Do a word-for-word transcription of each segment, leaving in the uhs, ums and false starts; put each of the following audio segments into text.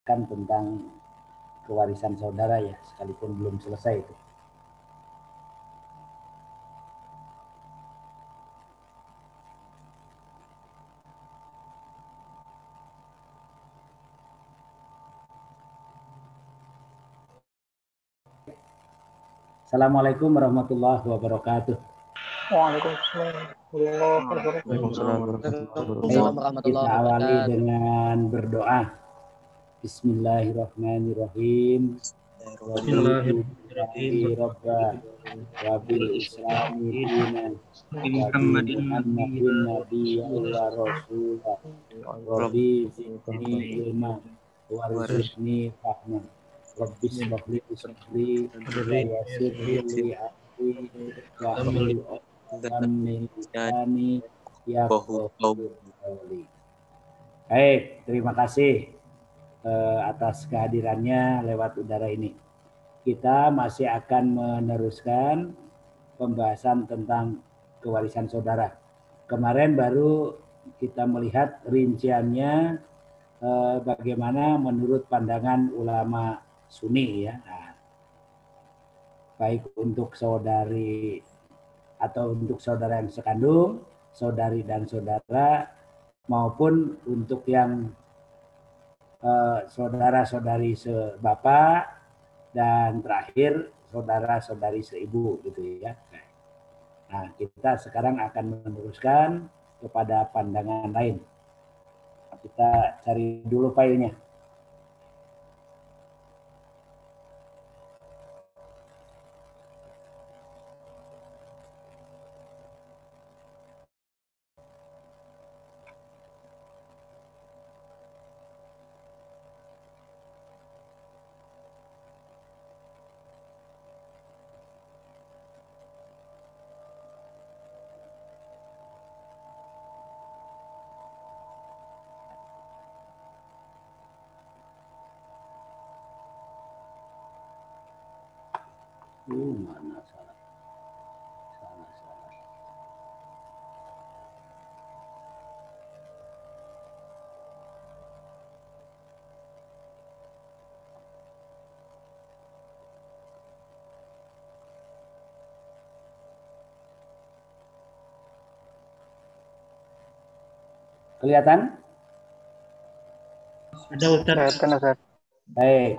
tentang kewarisan saudara ya, sekalipun belum selesai itu. Assalamualaikum warahmatullahi wabarakatuh. Waalaikumsalam warahmatullahi Kita awali dengan berdoa. Bismillahirrahmanirrahim. Bismillahirrahmanirrahim. Rabba wa bil islami dina wa bi Muhammadin nabiyyan wa rasulah. Rabbi zidni ilma warzuqni fahman. Rabbi shrah li sadri wa yassir li amri wa hlul 'uqdatam min lisani yafqahu qawli. Baik, terima kasih eh, atas kehadirannya lewat udara ini. Kita masih akan meneruskan pembahasan tentang kewarisan saudara. Kemarin baru kita melihat rinciannya eh, bagaimana menurut pandangan ulama Sunni ya. Nah, baik untuk saudari atau untuk saudara yang sekandung, saudari dan saudara, maupun untuk yang eh, saudara-saudari sebapak dan terakhir saudara-saudari seibu gitu ya. Nah, kita sekarang akan meneruskan kepada pandangan lain. Kita cari dulu filenya. Uh, mana salah. Salah, salah. Kelihatan? Ada Ustaz. Baik.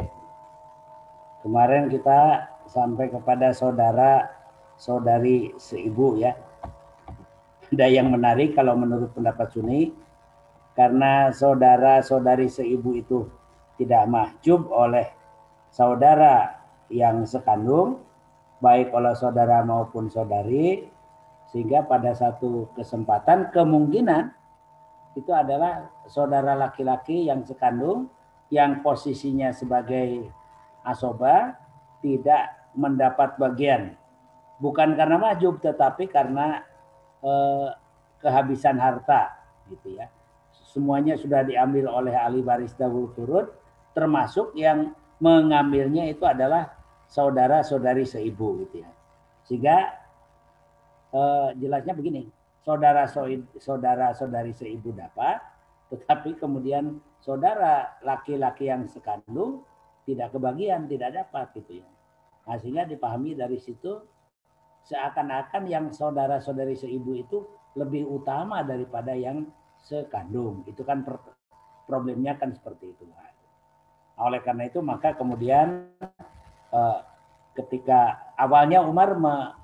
Kemarin kita sampai kepada saudara saudari seibu ya. Ada yang menarik kalau menurut pendapat Sunni, karena saudara-saudari seibu itu tidak mahjub oleh saudara yang sekandung, baik oleh saudara maupun saudari, sehingga pada satu kesempatan kemungkinan itu adalah saudara laki-laki yang sekandung yang posisinya sebagai asoba tidak mendapat bagian, bukan karena mahjub tetapi karena eh, kehabisan harta gitu ya. Semuanya sudah diambil oleh ahli waris dahulu turut, termasuk yang mengambilnya itu adalah saudara-saudari seibu gitu ya. Sehingga eh, jelasnya begini, saudara saudara saudari seibu dapat, tetapi kemudian saudara laki-laki yang sekandung tidak kebagian, tidak dapat gitu ya. Nah, sehingga dipahami dari situ seakan-akan yang saudara-saudari seibu itu lebih utama daripada yang sekandung. Itu kan problemnya kan seperti itu. Nah, oleh karena itu maka kemudian eh, ketika awalnya Umar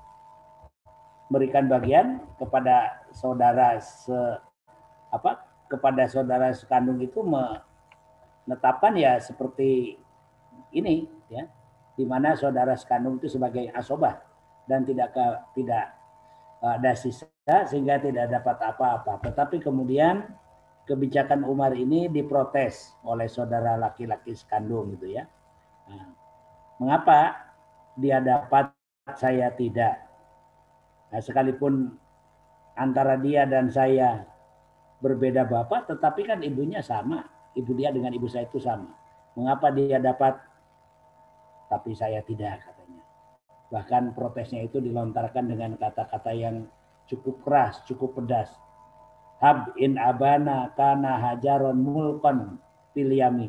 memberikan bagian kepada saudara se apa kepada saudara sekandung itu menetapkan ya seperti ini ya, di mana saudara sekandung itu sebagai asobah dan tidak ke, tidak ada sisa sehingga tidak dapat apa-apa. Tetapi kemudian kebijakan Umar ini diprotes oleh saudara laki-laki sekandung gitu ya. Nah, mengapa dia dapat saya tidak? Nah, sekalipun antara dia dan saya berbeda bapak, tetapi kan ibunya sama. Ibu dia dengan ibu saya itu sama. Mengapa dia dapat tapi saya tidak, katanya. Bahkan protesnya itu dilontarkan dengan kata-kata yang cukup keras, cukup pedas. Hab in abana kana hajaron mulkon fil yami.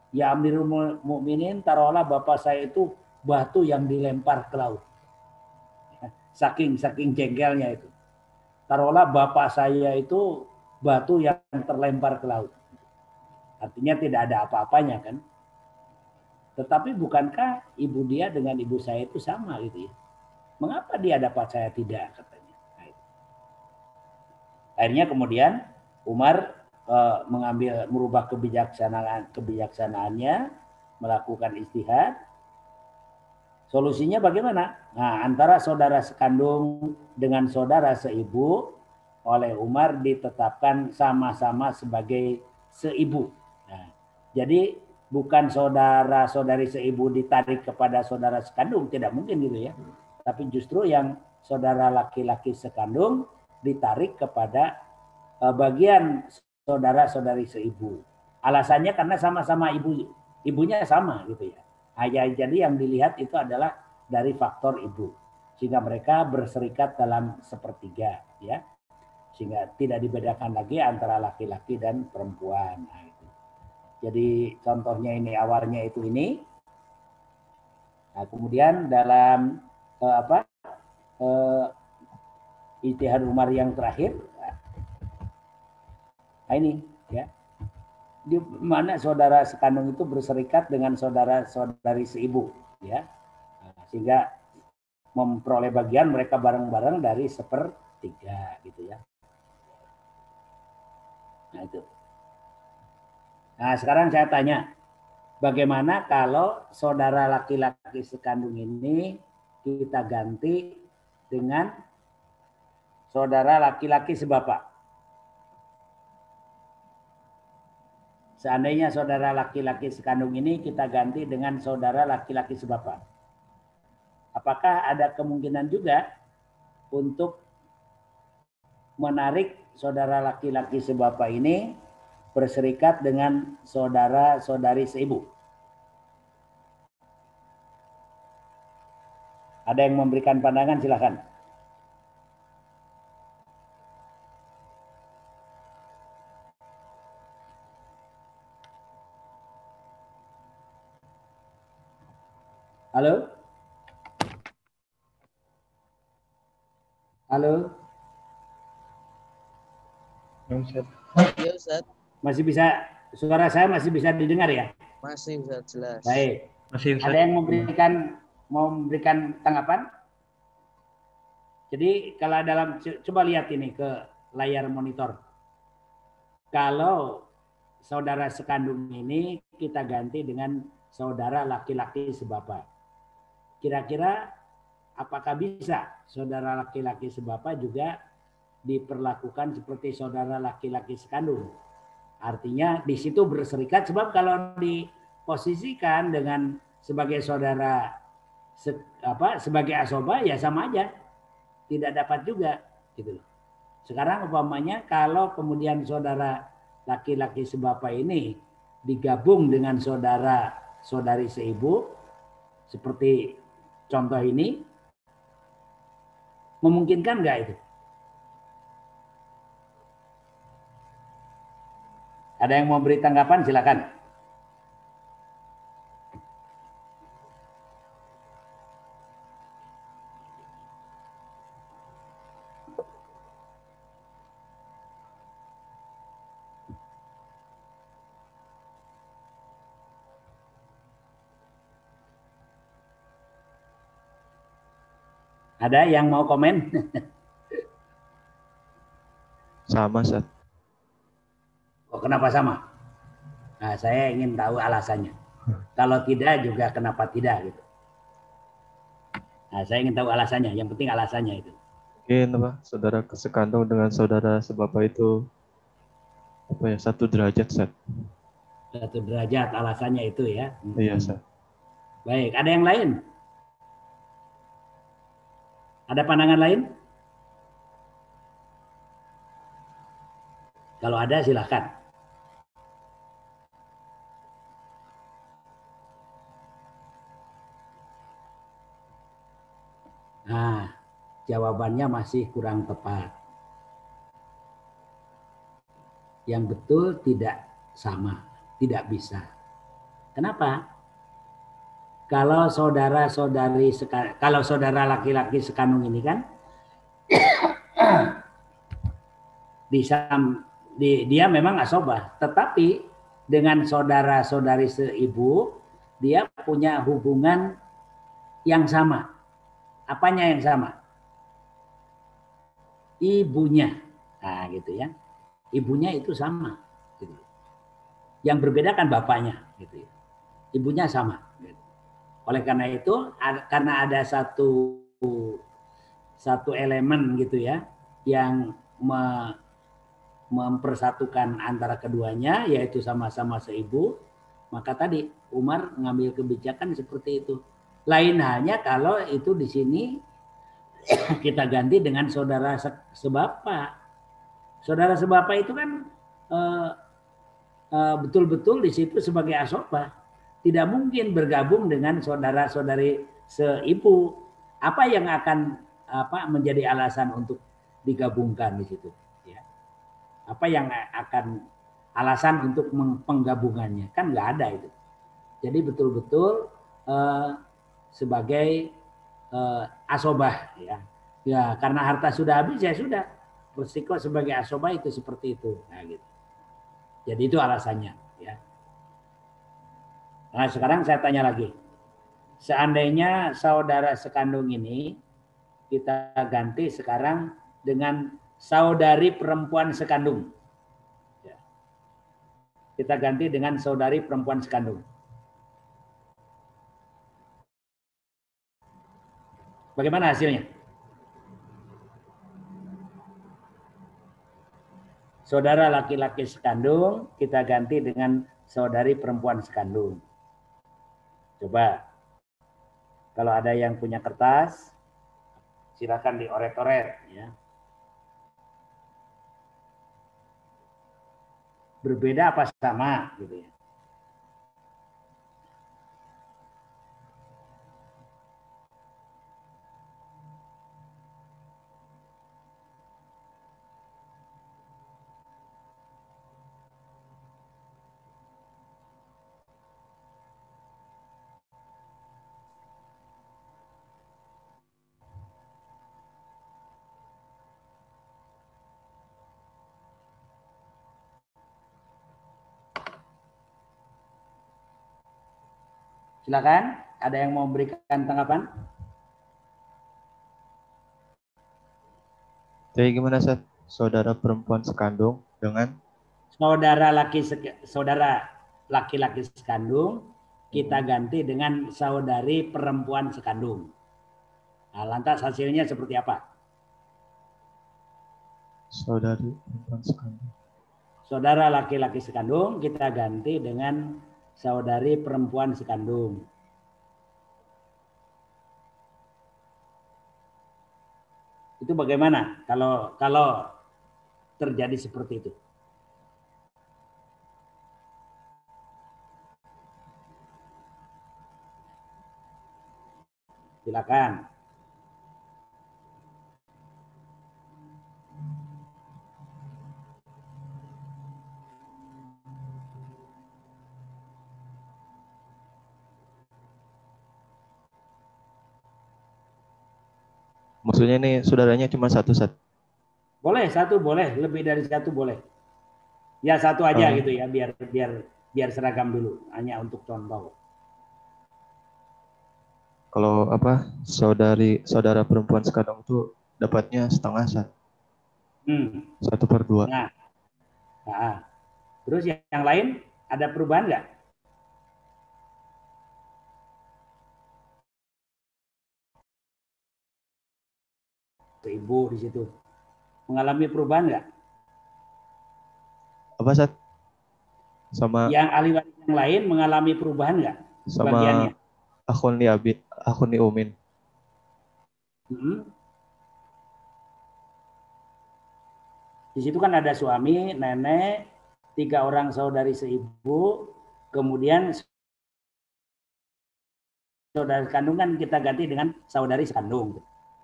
Ya Amirul Mukminin, taruhlah bapak saya itu batu yang dilempar ke laut. Saking saking jengkelnya itu. Taruhlah bapak saya itu batu yang terlempar ke laut. Artinya tidak ada apa-apanya kan. Tetapi bukankah ibu dia dengan ibu saya itu sama gitu ya? Mengapa dia dapat saya tidak katanya. Nah, itu. Akhirnya kemudian Umar eh, mengambil merubah kebijaksanaan kebijaksanaannya, melakukan istihad. Solusinya bagaimana? Nah, antara saudara sekandung dengan saudara seibu oleh Umar ditetapkan sama-sama sebagai seibu. Nah, jadi bukan saudara-saudari seibu ditarik kepada saudara sekandung, tidak mungkin gitu ya. Tapi justru yang saudara laki-laki sekandung ditarik kepada bagian saudara-saudari seibu. Alasannya karena sama-sama ibu, ibunya sama gitu ya. Ayah, jadi yang dilihat itu adalah dari faktor ibu, sehingga mereka berserikat dalam sepertiga, ya, sehingga tidak dibedakan lagi antara laki-laki dan perempuan. Nah, itu. Jadi contohnya ini awalnya itu ini. Nah, kemudian dalam eh, apa eh, ijtihad Umar yang terakhir, nah ini ya. Di mana saudara sekandung itu berserikat dengan saudara-saudari seibu, ya, nah, sehingga memperoleh bagian mereka bareng-bareng dari sepertiga, gitu ya. Nah itu. Nah sekarang saya tanya, bagaimana kalau saudara laki-laki sekandung ini kita ganti dengan saudara laki-laki sebapak? Seandainya saudara laki-laki sekandung ini kita ganti dengan saudara laki-laki sebapak. Apakah ada kemungkinan juga untuk menarik saudara laki-laki sebapak ini berserikat dengan saudara-saudari seibu? Ada yang memberikan pandangan, silakan. Halo? Halo? Ya Ustaz. Masih bisa, suara saya masih bisa didengar ya? Masih Ustaz, jelas. Baik. Masih, Ustaz. Ada yang memberikan mau memberikan tanggapan? Jadi kalau dalam, coba lihat ini ke layar monitor. Kalau saudara sekandung ini kita ganti dengan saudara laki-laki sebapak. Kira-kira apakah bisa saudara laki-laki sebapak juga diperlakukan seperti saudara laki-laki sekandung? Artinya di situ berserikat, sebab kalau diposisikan dengan sebagai saudara se, apa sebagai asoba ya sama aja, tidak dapat juga gitu. Sekarang umpamanya kalau kemudian saudara laki-laki sebapak ini digabung dengan saudara saudari seibu seperti contoh ini, memungkinkan nggak itu? Ada yang mau beri tanggapan, silakan. Ada yang mau komen? Sama, Ustaz. Oh, kenapa sama? Nah, saya ingin tahu alasannya. Kalau tidak juga kenapa tidak gitu. Nah, saya ingin tahu alasannya. Yang penting alasannya itu. Mungkin apa? Saudara sekandung dengan saudara sebapak itu apa ya? Satu derajat, Ustaz. Satu derajat alasannya itu ya. Iya, Ustaz. Baik, ada yang lain? Ada pandangan lain? Kalau ada silakan. Nah, jawabannya masih kurang tepat. Yang betul tidak sama, tidak bisa. Kenapa? Kalau saudara-saudari kalau saudara laki-laki sekandung ini kan disam, di, dia memang asobah, tetapi dengan saudara-saudari seibu dia punya hubungan yang sama. Apanya yang sama? Ibunya. Nah, gitu ya. Ibunya itu sama. Gitu. Yang berbeda kan bapaknya. Gitu ya. Ibunya sama. Gitu. Oleh karena itu, karena ada satu satu elemen gitu ya, yang me, mempersatukan antara keduanya, yaitu sama-sama seibu, maka tadi Umar ngambil kebijakan seperti itu. Lain halnya kalau itu di sini kita ganti dengan saudara sebapa. Saudara sebapa itu kan uh, uh, betul-betul di situ sebagai asobah. Tidak mungkin bergabung dengan saudara-saudari seibu. Apa yang akan apa menjadi alasan untuk digabungkan di situ? Ya. Apa yang akan alasan untuk penggabungannya? Kan nggak ada itu. Jadi betul-betul uh, sebagai uh, asobah, ya. Ya karena harta sudah habis ya sudah. Bersiko sebagai asobah itu seperti itu. Nah, gitu. Jadi itu alasannya. Ya. Nah sekarang saya tanya lagi. Seandainya saudara sekandung ini kita ganti sekarang dengan saudari perempuan sekandung. Ya. Kita ganti dengan saudari perempuan sekandung. Bagaimana hasilnya? Saudara laki-laki sekandung kita ganti dengan saudari perempuan sekandung. Coba, kalau ada yang punya kertas, silakan dioret-oret. Ya. Berbeda apa sama? Gitu ya. Silakan, ada yang mau memberikan tanggapan? Jadi gimana, Seth? Saudara perempuan sekandung dengan saudara laki saudara laki-laki sekandung kita ganti dengan saudari perempuan sekandung. Nah, lantas hasilnya seperti apa? Saudari perempuan sekandung. Saudara laki-laki sekandung kita ganti dengan saudari perempuan sekandung. Itu bagaimana kalau kalau terjadi seperti itu? Silakan. Maksudnya nih saudaranya cuma satu, Seth? Boleh satu, boleh lebih dari satu boleh. Ya satu aja oh. gitu ya, biar biar biar seragam dulu, hanya untuk contoh. Kalau apa saudari saudara perempuan sekandung itu dapatnya setengah, Seth. Hmm. Satu per dua. Nah, nah. Terus yang lain ada perubahan nggak? Ibu di situ mengalami perubahan nggak? Apa, Seth? Sama yang ahli waris yang lain mengalami perubahan nggak? Sama bagiannya? akun li Abi, akun li Umin. Hmm. Di situ kan ada suami, nenek, tiga orang saudari seibu, kemudian saudari sekandung kan kita ganti dengan saudari sekandung.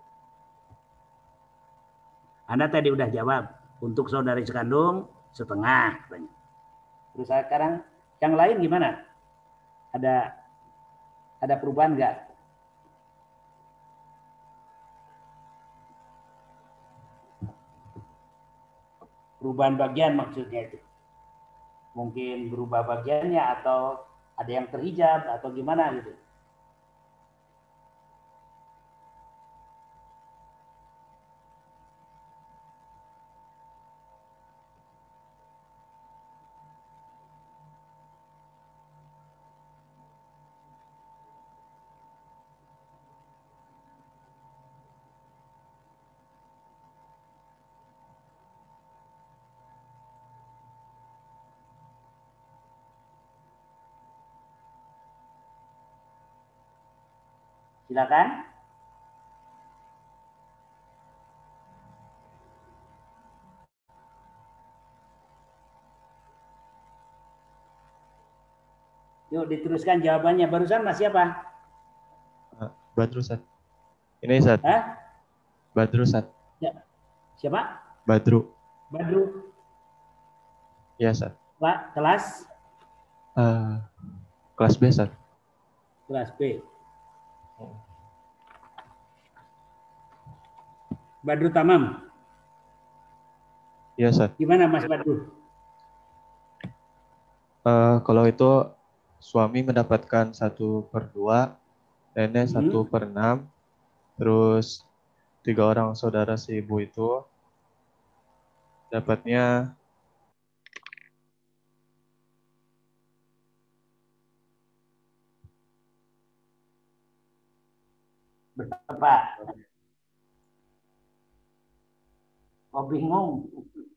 Anda tadi udah jawab, untuk saudari sekandung setengah. Terus sekarang yang lain gimana? Ada ada perubahan nggak? Perubahan bagian maksudnya itu. Mungkin berubah bagiannya atau ada yang terhijab atau gimana gitu. Silakan. Yuk diteruskan jawabannya. Barusan Mas siapa? Badru, Ustaz. Ini, Ustaz. Hah? Badru, Ustaz. Ya. Siapa? Badru. Badru. Iya, Ustaz. Pak, kelas? Uh, kelas B, Ustaz. Kelas B. Badru Tamam. Iya, Ustaz. Gimana Mas Badru? Uh, kalau itu suami mendapatkan satu per dua, nenek Hmm. satu per enam, terus tiga orang saudara si ibu itu dapatnya berapa? Oh bingung.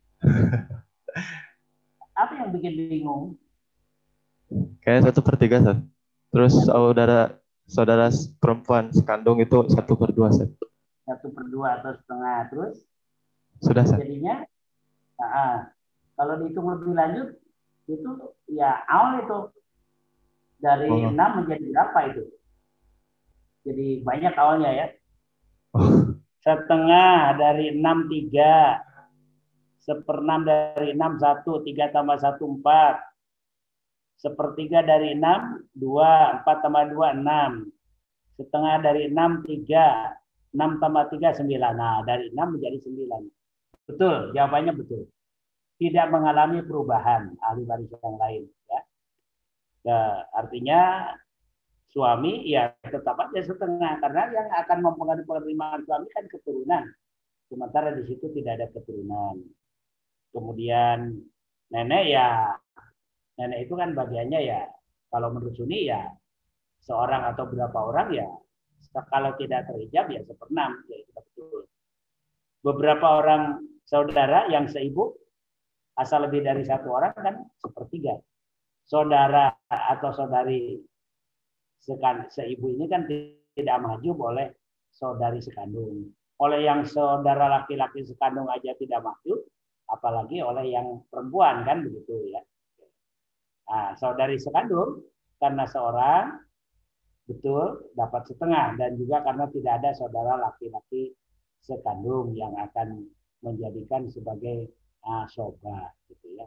Apa yang bikin bingung? kayak satu per tiga, Ustaz. Terus saudara saudara perempuan sekandung itu satu per dua, Ustaz. Satu per dua atau setengah. Terus? Sudah, Ustaz. Jadinya, nah, kalau dihitung lebih lanjut, itu ya awal itu dari Oh. enam menjadi berapa itu? Jadi banyak awalnya ya. Oh. Setengah dari enam, tiga. Seperenam dari enam, satu. tiga tambah satu, empat. Sepertiga dari enam, dua. empat tambah dua, enam. Setengah dari enam, tiga. enam tambah tiga, sembilan. Nah, dari enam menjadi sembilan. Betul, jawabannya betul. Tidak mengalami perubahan ahli waris yang lain. Ya. Nah, artinya suami ya tetap aja setengah. Karena yang akan mempengaruhi penerimaan suami kan keturunan. Sementara di situ tidak ada keturunan. Kemudian nenek ya, nenek itu kan bagiannya ya, kalau menurut Sunni ya seorang atau berapa orang ya, kalau tidak terhijab ya seperenam. Ya, betul. Beberapa orang saudara yang seibu, asal lebih dari satu orang kan sepertiga. Saudara atau saudari seibu ini kan tidak mahjub oleh saudari sekandung. Oleh yang saudara laki-laki sekandung aja tidak mahjub, apalagi oleh yang perempuan kan begitu ya. Nah, saudari sekandung karena seorang betul dapat setengah, dan juga karena tidak ada saudara laki-laki sekandung yang akan menjadikan sebagai asoba gitu ya.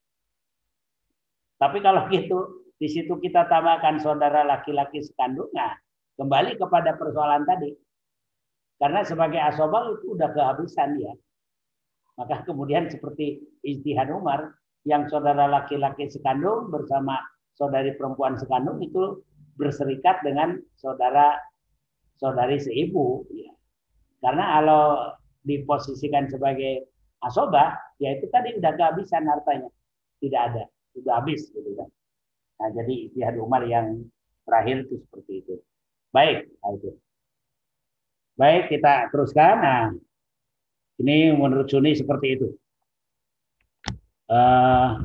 Tapi kalau gitu di situ kita tambahkan saudara laki-laki sekandung, nah kembali kepada persoalan tadi. Karena sebagai asoba itu udah kehabisan ya. Maka kemudian seperti ijtihad Umar, yang saudara laki-laki sekandung bersama saudari perempuan sekandung itu berserikat dengan saudara saudari seibu. Ya. Karena kalau diposisikan sebagai asoba, ya itu tadi udah kehabisan hartanya, tidak ada, sudah habis gitu kan. Nah jadi ijtihad Umar yang terakhir itu seperti itu. Baik, nah itu. Baik kita teruskan. Nah ini menurut Sunni seperti itu. Uh,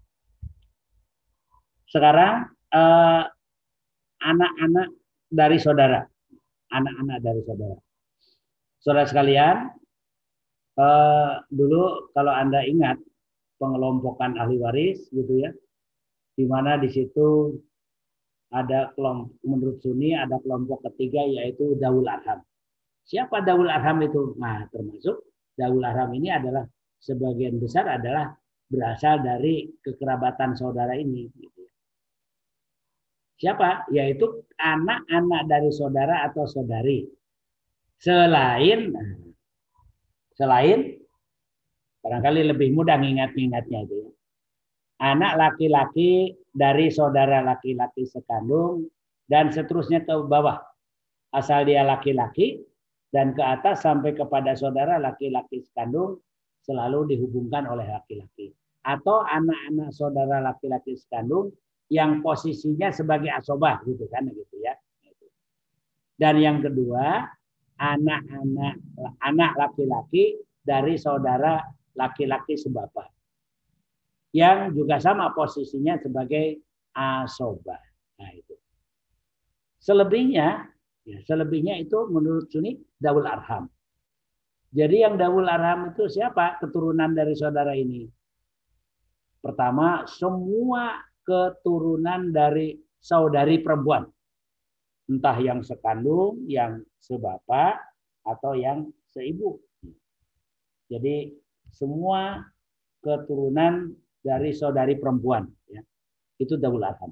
sekarang uh, anak-anak dari saudara, anak-anak dari saudara, saudara sekalian, uh, dulu kalau Anda ingat pengelompokan ahli waris, gitu ya, di mana di situ ada kelompok, menurut Sunni ada kelompok ketiga yaitu Daul Arham. Siapa Daul Arham itu? Nah, termasuk Daul Arham ini adalah sebagian besar adalah berasal dari kekerabatan saudara ini. Gitu. Siapa? Yaitu anak-anak dari saudara atau saudari. Selain selain barangkali lebih mudah ingat-ingatnya itu. Anak laki-laki dari saudara laki-laki sekandung dan seterusnya ke bawah. Asal dia laki-laki dan ke atas sampai kepada saudara laki-laki sekandung selalu dihubungkan oleh laki-laki. Atau anak-anak saudara laki-laki sekandung yang posisinya sebagai asobah gitu kan gitu ya. Dan yang kedua, anak-anak anak laki-laki dari saudara laki-laki sebapa. Yang juga sama posisinya sebagai asobah. Nah itu. Selebihnya, ya, selebihnya itu menurut Sunni dawul arham. Jadi yang dawul arham itu siapa? Keturunan dari saudara ini. Pertama, semua keturunan dari saudari perempuan. Entah yang sekandung, yang sebapa, atau yang seibu. Jadi semua keturunan dari saudari perempuan. Ya. Itu dawul arham.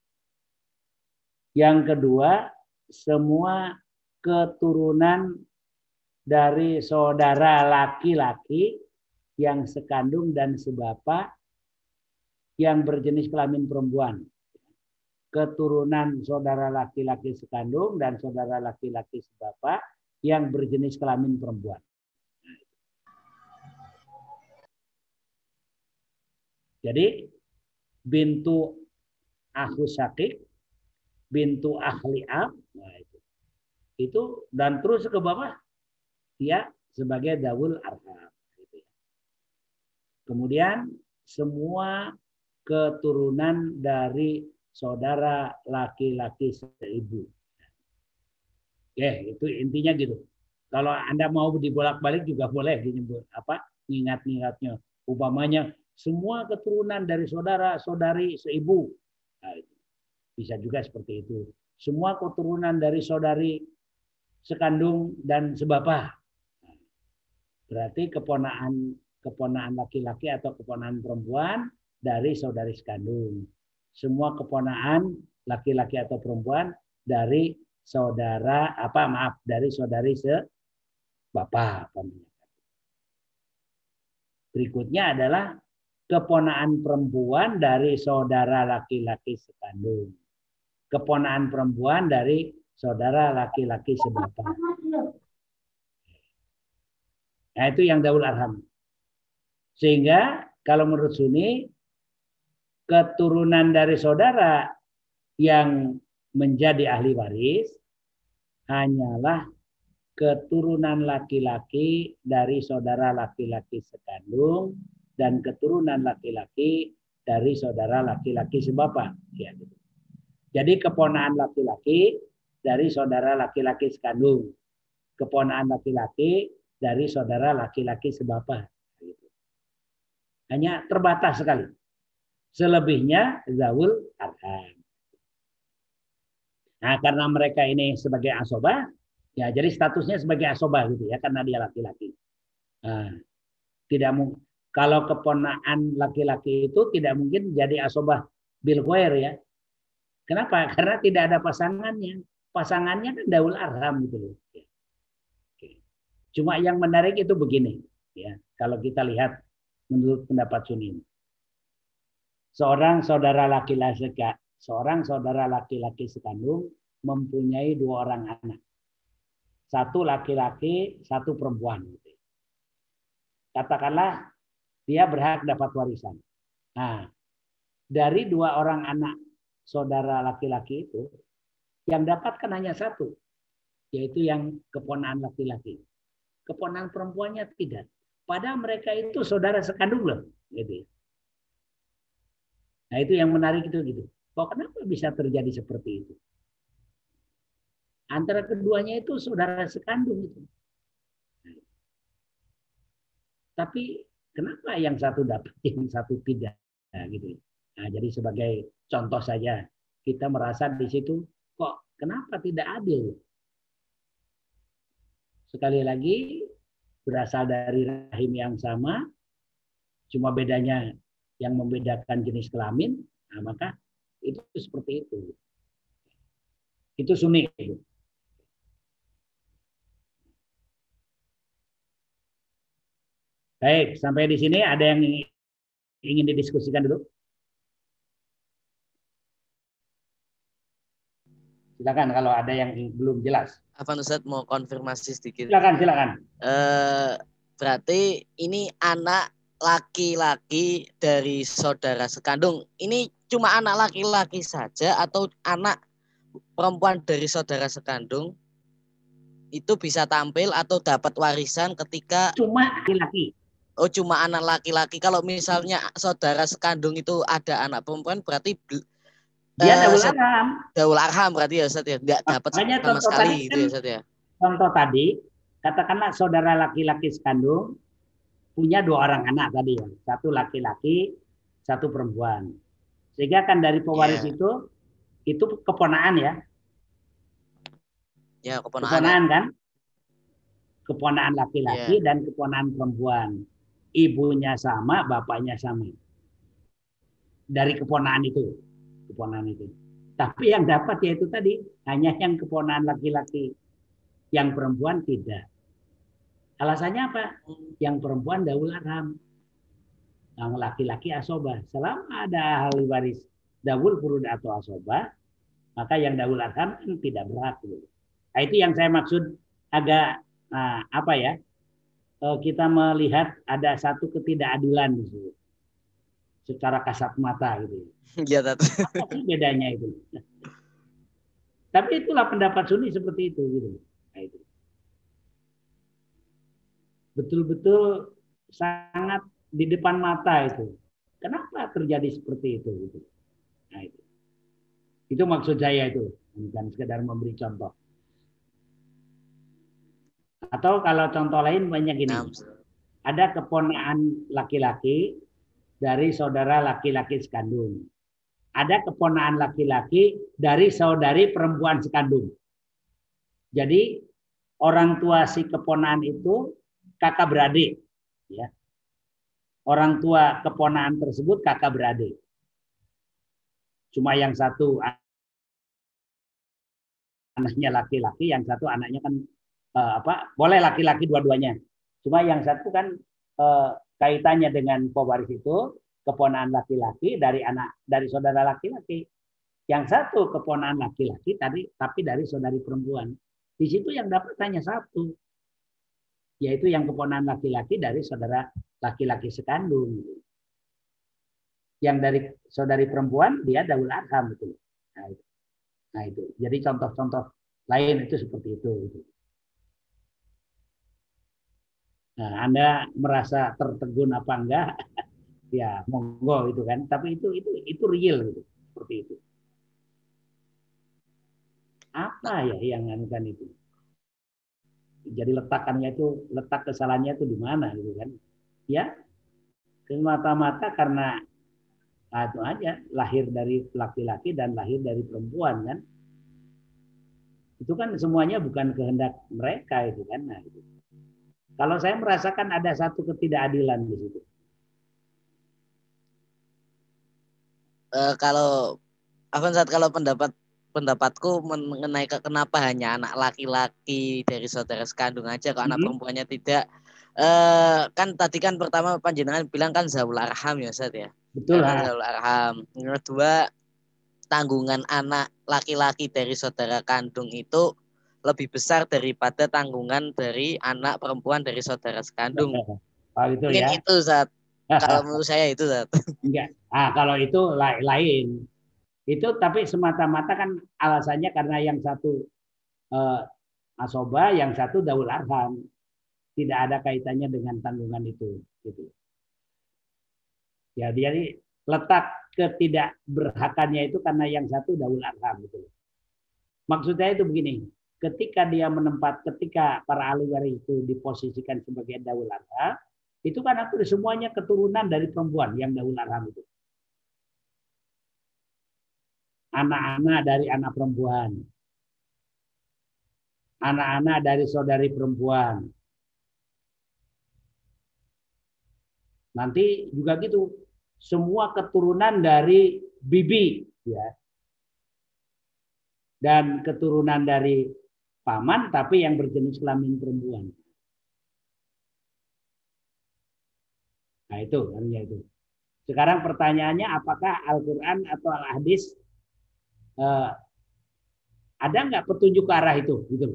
Yang kedua, semua keturunan dari saudara laki-laki yang sekandung dan sebapa yang berjenis kelamin perempuan. Keturunan saudara laki-laki sekandung dan saudara laki-laki sebapa yang berjenis kelamin perempuan. Jadi bintu akhu syakik, bintu ahli ab, nah itu. Itu dan terus ke bawah dia sebagai dawul arham. Kemudian semua keturunan dari saudara laki-laki seibu. Oke, itu intinya gitu. Kalau Anda mau dibolak-balik juga boleh disebut apa? Ingat-ingatnya. Umpamanya semua keturunan dari saudara saudari seibu. Nah, bisa juga seperti itu. Semua keturunan dari saudari sekandung dan sebapa. Berarti keponaan keponaan laki-laki atau keponaan perempuan dari saudari sekandung. Semua keponaan laki-laki atau perempuan dari saudara apa maaf dari saudari sebapa. Berikutnya adalah keponaan perempuan dari saudara laki-laki sekandung. Keponaan perempuan dari saudara laki-laki sebapa. Nah, itu yang dawul arham. Sehingga kalau menurut Sunni, keturunan dari saudara yang menjadi ahli waris hanyalah keturunan laki-laki dari saudara laki-laki sekandung dan keturunan laki-laki dari saudara laki-laki sebapa. Ya, gitu. Jadi keponaan laki-laki dari saudara laki-laki sekandung, keponaan laki-laki dari saudara laki-laki sebapa. Gitu. Hanya terbatas sekali. Selebihnya zawul arham. Nah, karena mereka ini sebagai asobah, ya jadi statusnya sebagai asobah gitu ya, karena dia laki-laki. Nah, tidak mungkin kalau keponaan laki-laki itu tidak mungkin jadi asobah bil khair ya. Kenapa? Karena tidak ada pasangannya. Pasangannya kan daul arham gitu loh. Cuma yang menarik itu begini, ya. Kalau kita lihat menurut pendapat Sunni, seorang saudara laki-laki seorang saudara laki-laki sekandung mempunyai dua orang anak, satu laki-laki, satu perempuan. Katakanlah dia berhak dapat warisan. Nah, dari dua orang anak saudara laki-laki itu, yang dapat kan hanya satu, yaitu yang keponaan laki-laki. Keponaan perempuannya tidak. Padahal mereka itu saudara sekandung loh. Gitu. Nah itu yang menarik itu gitu. Kok kenapa bisa terjadi seperti itu? Antara keduanya itu saudara sekandung itu. Tapi kenapa yang satu dapat, yang satu tidak? Nah, gitu. Nah, jadi sebagai contoh saja, kita merasa di situ kok kenapa tidak adil? Sekali lagi berasal dari rahim yang sama, cuma bedanya yang membedakan jenis kelamin, nah maka itu seperti itu. Itu sunni. Itu. Baik, sampai di sini ada yang ingin didiskusikan dulu? Silakan kalau ada yang belum jelas. Afan Ustadz mau konfirmasi sedikit. Silakan, silakan. Eh, berarti ini anak laki-laki dari saudara sekandung. Ini cuma anak laki-laki saja atau anak perempuan dari saudara sekandung itu bisa tampil atau dapat warisan ketika cuma laki-laki. Oh, cuma anak laki-laki. Kalau misalnya saudara sekandung itu ada anak perempuan berarti dia uh, daul arham. Daul arham berarti ya Ustaz ya. Enggak dapat sama sekali gitu kan, ya Ustaz ya. Contoh tadi, katakanlah saudara laki-laki sekandung punya dua orang anak tadi ya. Satu laki-laki, satu perempuan. Sehingga kan dari pewaris yeah. itu itu keponaan ya. Ya, keponaan. Keponaan ya. kan? Keponaan laki-laki yeah. dan keponaan perempuan. Ibunya sama, bapaknya sama. Dari keponaan itu. Keponaan itu. Tapi yang dapat yaitu tadi hanya yang keponaan laki-laki. Yang perempuan tidak. Alasannya apa? Yang perempuan daul arham. Yang laki-laki asobah. Selama ada ahli waris daul furud atau asobah, maka yang daul arham kan tidak berhak. Nah, itu yang saya maksud agak nah, apa ya? Kita melihat ada satu ketidakadilan di situ. Secara kasat mata gitu. Iya, Apa sih bedanya itu? Tapi itulah pendapat Sunni seperti itu gitu. Nah, itu. Betul-betul sangat di depan mata itu. Kenapa terjadi seperti itu gitu. Nah, itu. Itu maksud saya itu, bukan sekedar memberi contoh. Atau kalau contoh lain banyak ini. Ada keponaan laki-laki dari saudara laki-laki sekandung. Ada keponaan laki-laki dari saudari perempuan sekandung. Jadi orang tua si keponaan itu kakak beradik. Ya. Orang tua keponaan tersebut kakak beradik. Cuma yang satu anaknya laki-laki, yang satu anaknya kan eh, apa? Boleh laki-laki dua-duanya. Cuma yang satu kan eh, kaitannya dengan pewaris itu keponaan laki-laki dari anak dari saudara laki-laki. Yang satu keponaan laki-laki tadi tapi dari saudari perempuan. Di situ yang dapat hanya satu. Yaitu yang keponaan laki-laki dari saudara laki-laki sekandung. Yang dari saudari perempuan dia daul arham gitu. Nah itu. Nah itu. Jadi contoh-contoh lain itu seperti itu gitu. Nah, Anda merasa tertegun apa enggak? Ya, monggo itu kan. Tapi itu itu itu real gitu. Seperti itu. Apa ya yang anukan itu? Jadi letakannya itu, letak kesalahannya itu di mana gitu kan? Ya, semata-mata karena nah, itu aja lahir dari laki-laki dan lahir dari perempuan kan? Itu kan semuanya bukan kehendak mereka itu kan? Nah, itu. Kalau saya merasakan ada satu ketidakadilan di situ. Uh, kalau Afan saat kalau pendapat pendapatku mengenai kenapa hanya anak laki-laki dari saudara sekandung aja, kalau mm-hmm. anak perempuannya tidak. Uh, kan tadi kan pertama panjenengan bilang kan zaul arham ya Ustaz ya. Betul lah. Zaul arham. Yang kedua tanggungan anak laki-laki dari saudara kandung itu lebih besar daripada tanggungan dari anak perempuan dari saudara sekandung. Oh, itu Mungkin ya. itu Zat. Kalau menurut saya itu Zat. Enggak. Ah, kalau itu lain. Itu tapi semata-mata kan alasannya karena yang satu eh, asoba, yang satu daul arham. Tidak ada kaitannya dengan tanggungan itu gitu. Ya, jadi letak ketidakberhakannya itu karena yang satu daul arham gitu. Maksud saya itu begini, ketika dia menempat, ketika para ahli waris itu diposisikan sebagai daul arham, itu kan itu semuanya keturunan dari perempuan yang daul arham itu. Anak-anak dari anak perempuan. Anak-anak dari saudari perempuan. Nanti juga gitu, semua keturunan dari bibi, ya. dan keturunan dari paman tapi yang berjenis kelamin perempuan. Nah itu artinya itu. Sekarang pertanyaannya apakah Al-Quran atau Al-Hadis eh, ada nggak petunjuk ke arah itu? Gitu.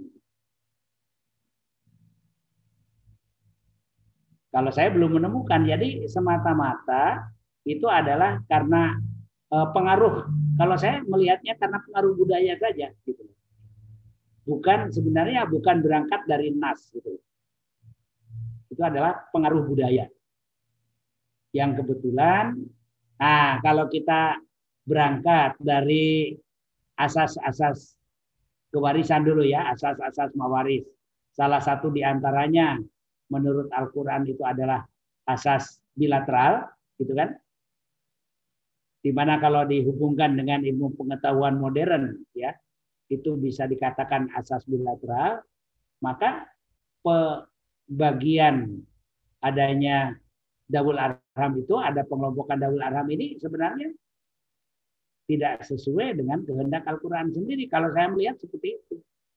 Kalau saya belum menemukan, jadi semata-mata itu adalah karena eh, pengaruh. Kalau saya melihatnya karena pengaruh budaya saja, gitu. Bukan sebenarnya bukan berangkat dari nas, gitu. Itu adalah pengaruh budaya. Yang kebetulan, nah kalau kita berangkat dari asas-asas kewarisan dulu ya, asas-asas mawaris. Salah satu diantaranya menurut Al-Quran itu adalah asas bilateral, gitu kan? Dimana kalau dihubungkan dengan ilmu pengetahuan modern, ya, itu bisa dikatakan asas bilateral. Maka pembagian adanya Dawul Arham itu, ada pengelompokan Dawul Arham ini sebenarnya tidak sesuai dengan kehendak Al-Quran sendiri. Kalau saya melihat seperti itu.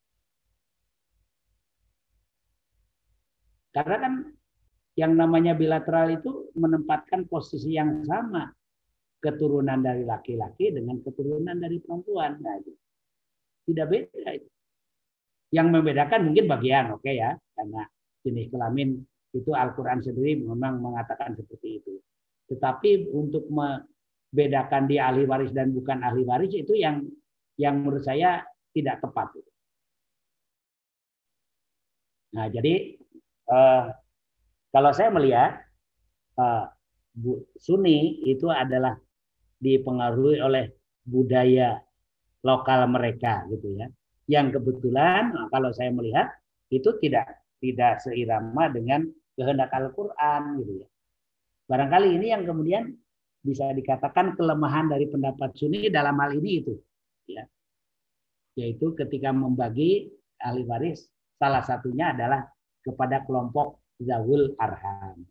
Karena kan yang namanya bilateral itu menempatkan posisi yang sama. Keturunan dari laki-laki dengan keturunan dari perempuan. Nah, itu tidak beda. Itu. Yang membedakan mungkin bagian, oke okay ya. Karena jenis kelamin itu Al-Quran sendiri memang mengatakan seperti itu. Tetapi untuk membedakan dia ahli waris dan bukan ahli waris itu yang yang menurut saya tidak tepat. Nah, jadi eh, kalau saya melihat eh, Sunni itu adalah dipengaruhi oleh budaya lokal mereka, gitu ya. Yang kebetulan kalau saya melihat itu tidak tidak seirama dengan kehendak Al-Quran, gitu ya. Barangkali ini yang kemudian bisa dikatakan kelemahan dari pendapat Sunni dalam hal ini itu, ya. Yaitu ketika membagi ahli waris, salah satunya adalah kepada kelompok Zawul Arham.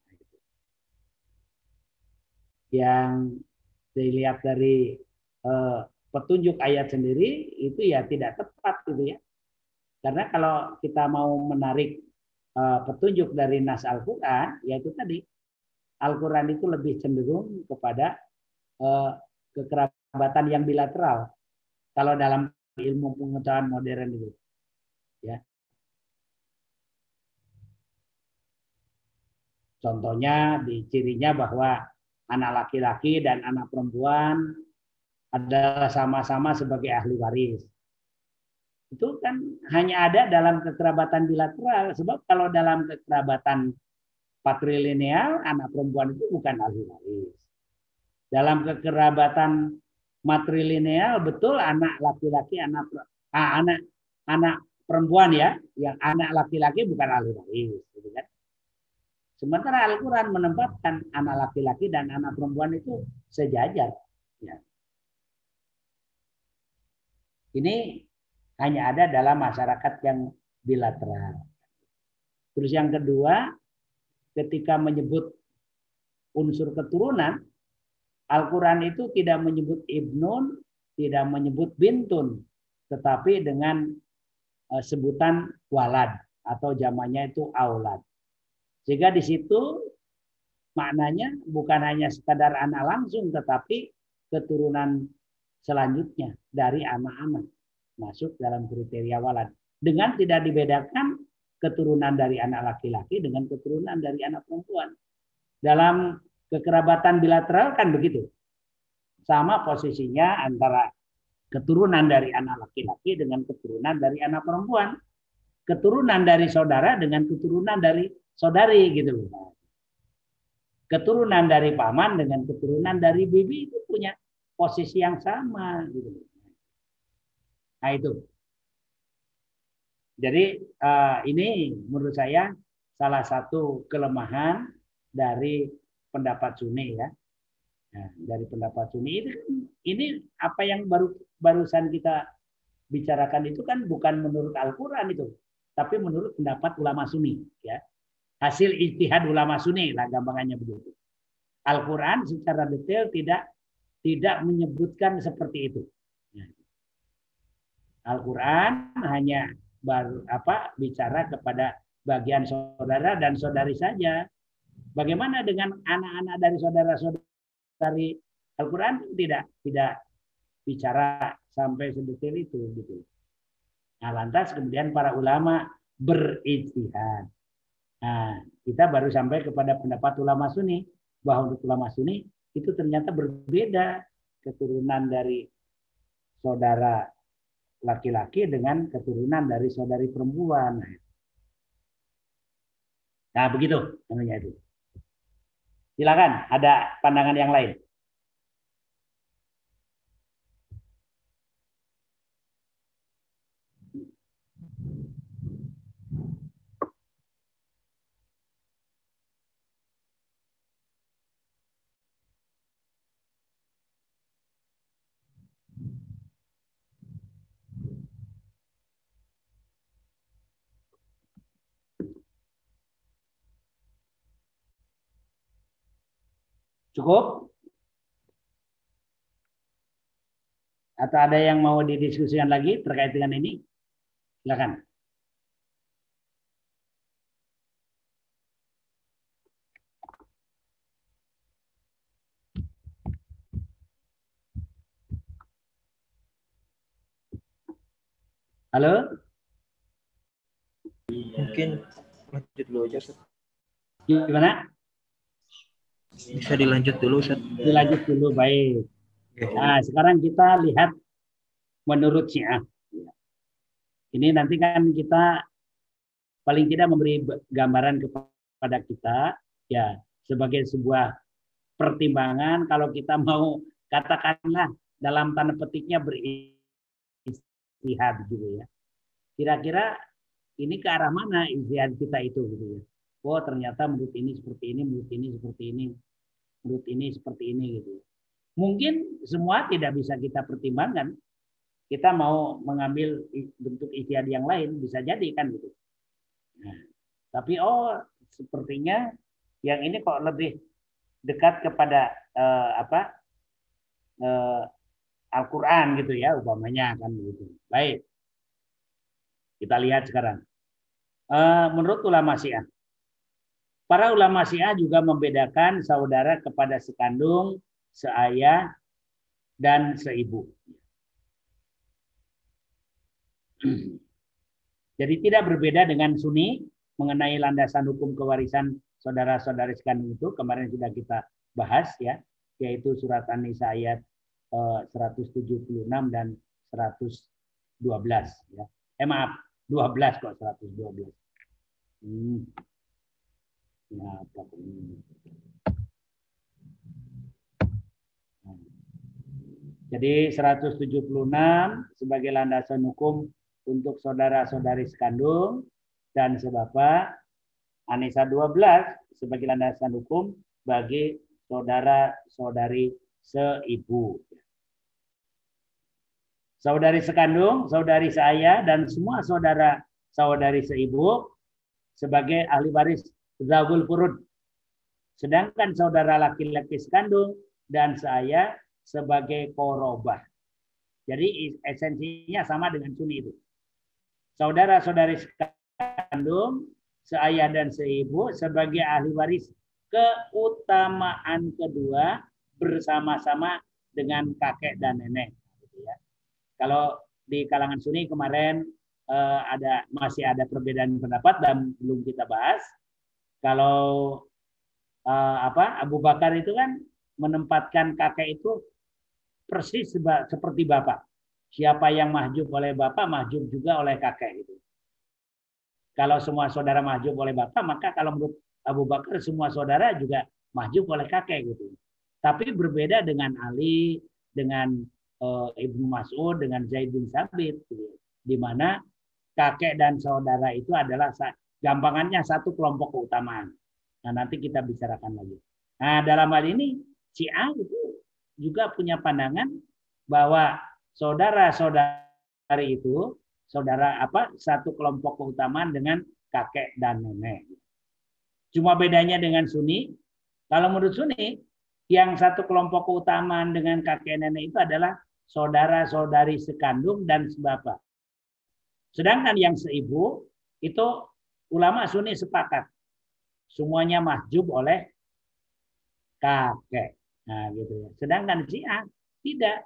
Yang dilihat dari eh, petunjuk ayat sendiri itu ya tidak tepat, gitu ya. Karena kalau kita mau menarik eh, petunjuk dari nas Al-Quran, yaitu tadi Al-Quran itu lebih cenderung kepada eh, kekerabatan yang bilateral. Kalau dalam ilmu pengetahuan modern itu, ya. Contohnya di cirinya bahwa anak laki-laki dan anak perempuan adalah sama-sama sebagai ahli waris. Itu kan hanya ada dalam kekerabatan bilateral. Sebab kalau dalam kekerabatan patrilineal, anak perempuan itu bukan ahli waris. Dalam kekerabatan matrilineal, betul anak laki-laki, anak ah, anak anak perempuan ya, yang anak laki-laki bukan ahli waris, gitu kan? Sementara Al-Quran menempatkan anak laki-laki dan anak perempuan itu sejajar. Ya. Ini hanya ada dalam masyarakat yang bilateral. Terus yang kedua, ketika menyebut unsur keturunan, Al-Quran itu tidak menyebut ibnun, tidak menyebut bintun, tetapi dengan uh, sebutan walad atau jamaknya itu aulad. Sehingga di situ maknanya bukan hanya sekadar anak langsung, tetapi keturunan selanjutnya dari anak-anak masuk dalam kriteria walad. Dengan tidak dibedakan keturunan dari anak laki-laki dengan keturunan dari anak perempuan. Dalam kekerabatan bilateral kan begitu. Sama posisinya antara keturunan dari anak laki-laki dengan keturunan dari anak perempuan. Keturunan dari saudara dengan keturunan dari saudari, gitu loh. Keturunan dari paman dengan keturunan dari bibi itu punya posisi yang sama, gitu. Nah itu. Jadi uh, ini menurut saya salah satu kelemahan dari pendapat Sunni ya. Nah, dari pendapat Sunni ini, ini apa yang baru barusan kita bicarakan itu kan bukan menurut Al-Quran itu, tapi menurut pendapat ulama Sunni ya. Hasil ijtihad ulama Sunni lah gampangannya begitu. Al-Quran secara detail tidak tidak menyebutkan seperti itu. Al-Quran hanya baru apa bicara kepada bagian saudara dan saudari saja. Bagaimana dengan anak-anak dari saudara-saudari Al-Quran tidak tidak bicara sampai sedetail itu gitu. Nah, lantas kemudian para ulama berijtihad. Nah, kita baru sampai kepada pendapat ulama Sunni bahwa untuk ulama Sunni itu ternyata berbeda keturunan dari saudara laki-laki dengan keturunan dari saudari perempuan. Nah, begitu namanya itu. Silakan, ada pandangan yang lain. Cukup? Atau ada yang mau didiskusikan lagi terkait dengan ini? Silakan. Halo? Mungkin lanjut dulu aja, Ustaz. Gimana? Bisa dilanjut dulu, Ustaz. Dilanjut dulu, baik. Nah, sekarang kita lihat menurut Syiah. Ini nanti kan kita paling tidak memberi gambaran kepada kita, ya, sebagai sebuah pertimbangan kalau kita mau katakanlah dalam tanda petiknya beristihad gitu ya. Kira-kira ini ke arah mana istihad kita itu gitu ya. Oh, ternyata menurut ini seperti ini, menurut ini seperti ini, menurut ini seperti ini gitu. Mungkin semua tidak bisa kita pertimbangkan. Kita mau mengambil bentuk istihad yang lain bisa jadi kan gitu. Nah, tapi oh sepertinya yang ini kok lebih dekat kepada eh, apa eh, Al-Quran gitu ya umpamanya kan gitu. Baik, kita lihat sekarang. Eh, menurut ulama Syiah, para ulama Syiah juga membedakan saudara kepada sekandung, seayah, dan seibu. Jadi tidak berbeda dengan Sunni mengenai landasan hukum kewarisan saudara-saudari sekandung itu. Kemarin sudah kita bahas ya, yaitu surat An-Nisa ayat eh, seratus tujuh puluh enam dan seratus dua belas. Ya. Eh maaf, dua belas kok seratus dua belas. Hmm. Ya, jadi seratus tujuh puluh enam sebagai landasan hukum untuk saudara-saudari sekandung dan sebapa, An-Nisa dua belas sebagai landasan hukum bagi saudara-saudari seibu. Saudari sekandung, saudari seayah, dan semua saudara-saudari seibu sebagai ahli waris zawul furud. Sedangkan saudara laki-laki sekandung dan seayah sebagai korobah. Jadi esensinya sama dengan Sunni itu. Saudara-saudari sekandung, seayah dan seibu sebagai ahli waris keutamaan kedua bersama-sama dengan kakek dan nenek. Kalau di kalangan Sunni kemarin eh, ada masih ada perbedaan pendapat dan belum kita bahas. Kalau eh, apa Abu Bakar itu kan menempatkan kakek itu persis seperti bapak. Siapa yang mahjub oleh bapak, mahjub juga oleh kakek itu. Kalau semua saudara mahjub oleh bapak, maka kalau menurut Abu Bakar semua saudara juga mahjub oleh kakek gitu. Tapi berbeda dengan Ali, dengan uh, Ibnu Mas'ud, dengan Zaid bin Sabit, gitu. Di mana kakek dan saudara itu adalah gampangannya satu kelompok keutamaan. Nah, nanti kita bicarakan lagi. Nah, dalam hal ini Syiah itu juga punya pandangan bahwa saudara-saudari itu saudara apa satu kelompok keutamaan dengan kakek dan nenek. Cuma bedanya dengan Sunni, kalau menurut Sunni yang satu kelompok keutamaan dengan kakek nenek itu adalah saudara-saudari sekandung dan sebapa. Sedangkan yang seibu itu ulama Sunni sepakat. Semuanya mahjub oleh kakek. Nah, gitu ya. Sedangkan Syiah tidak.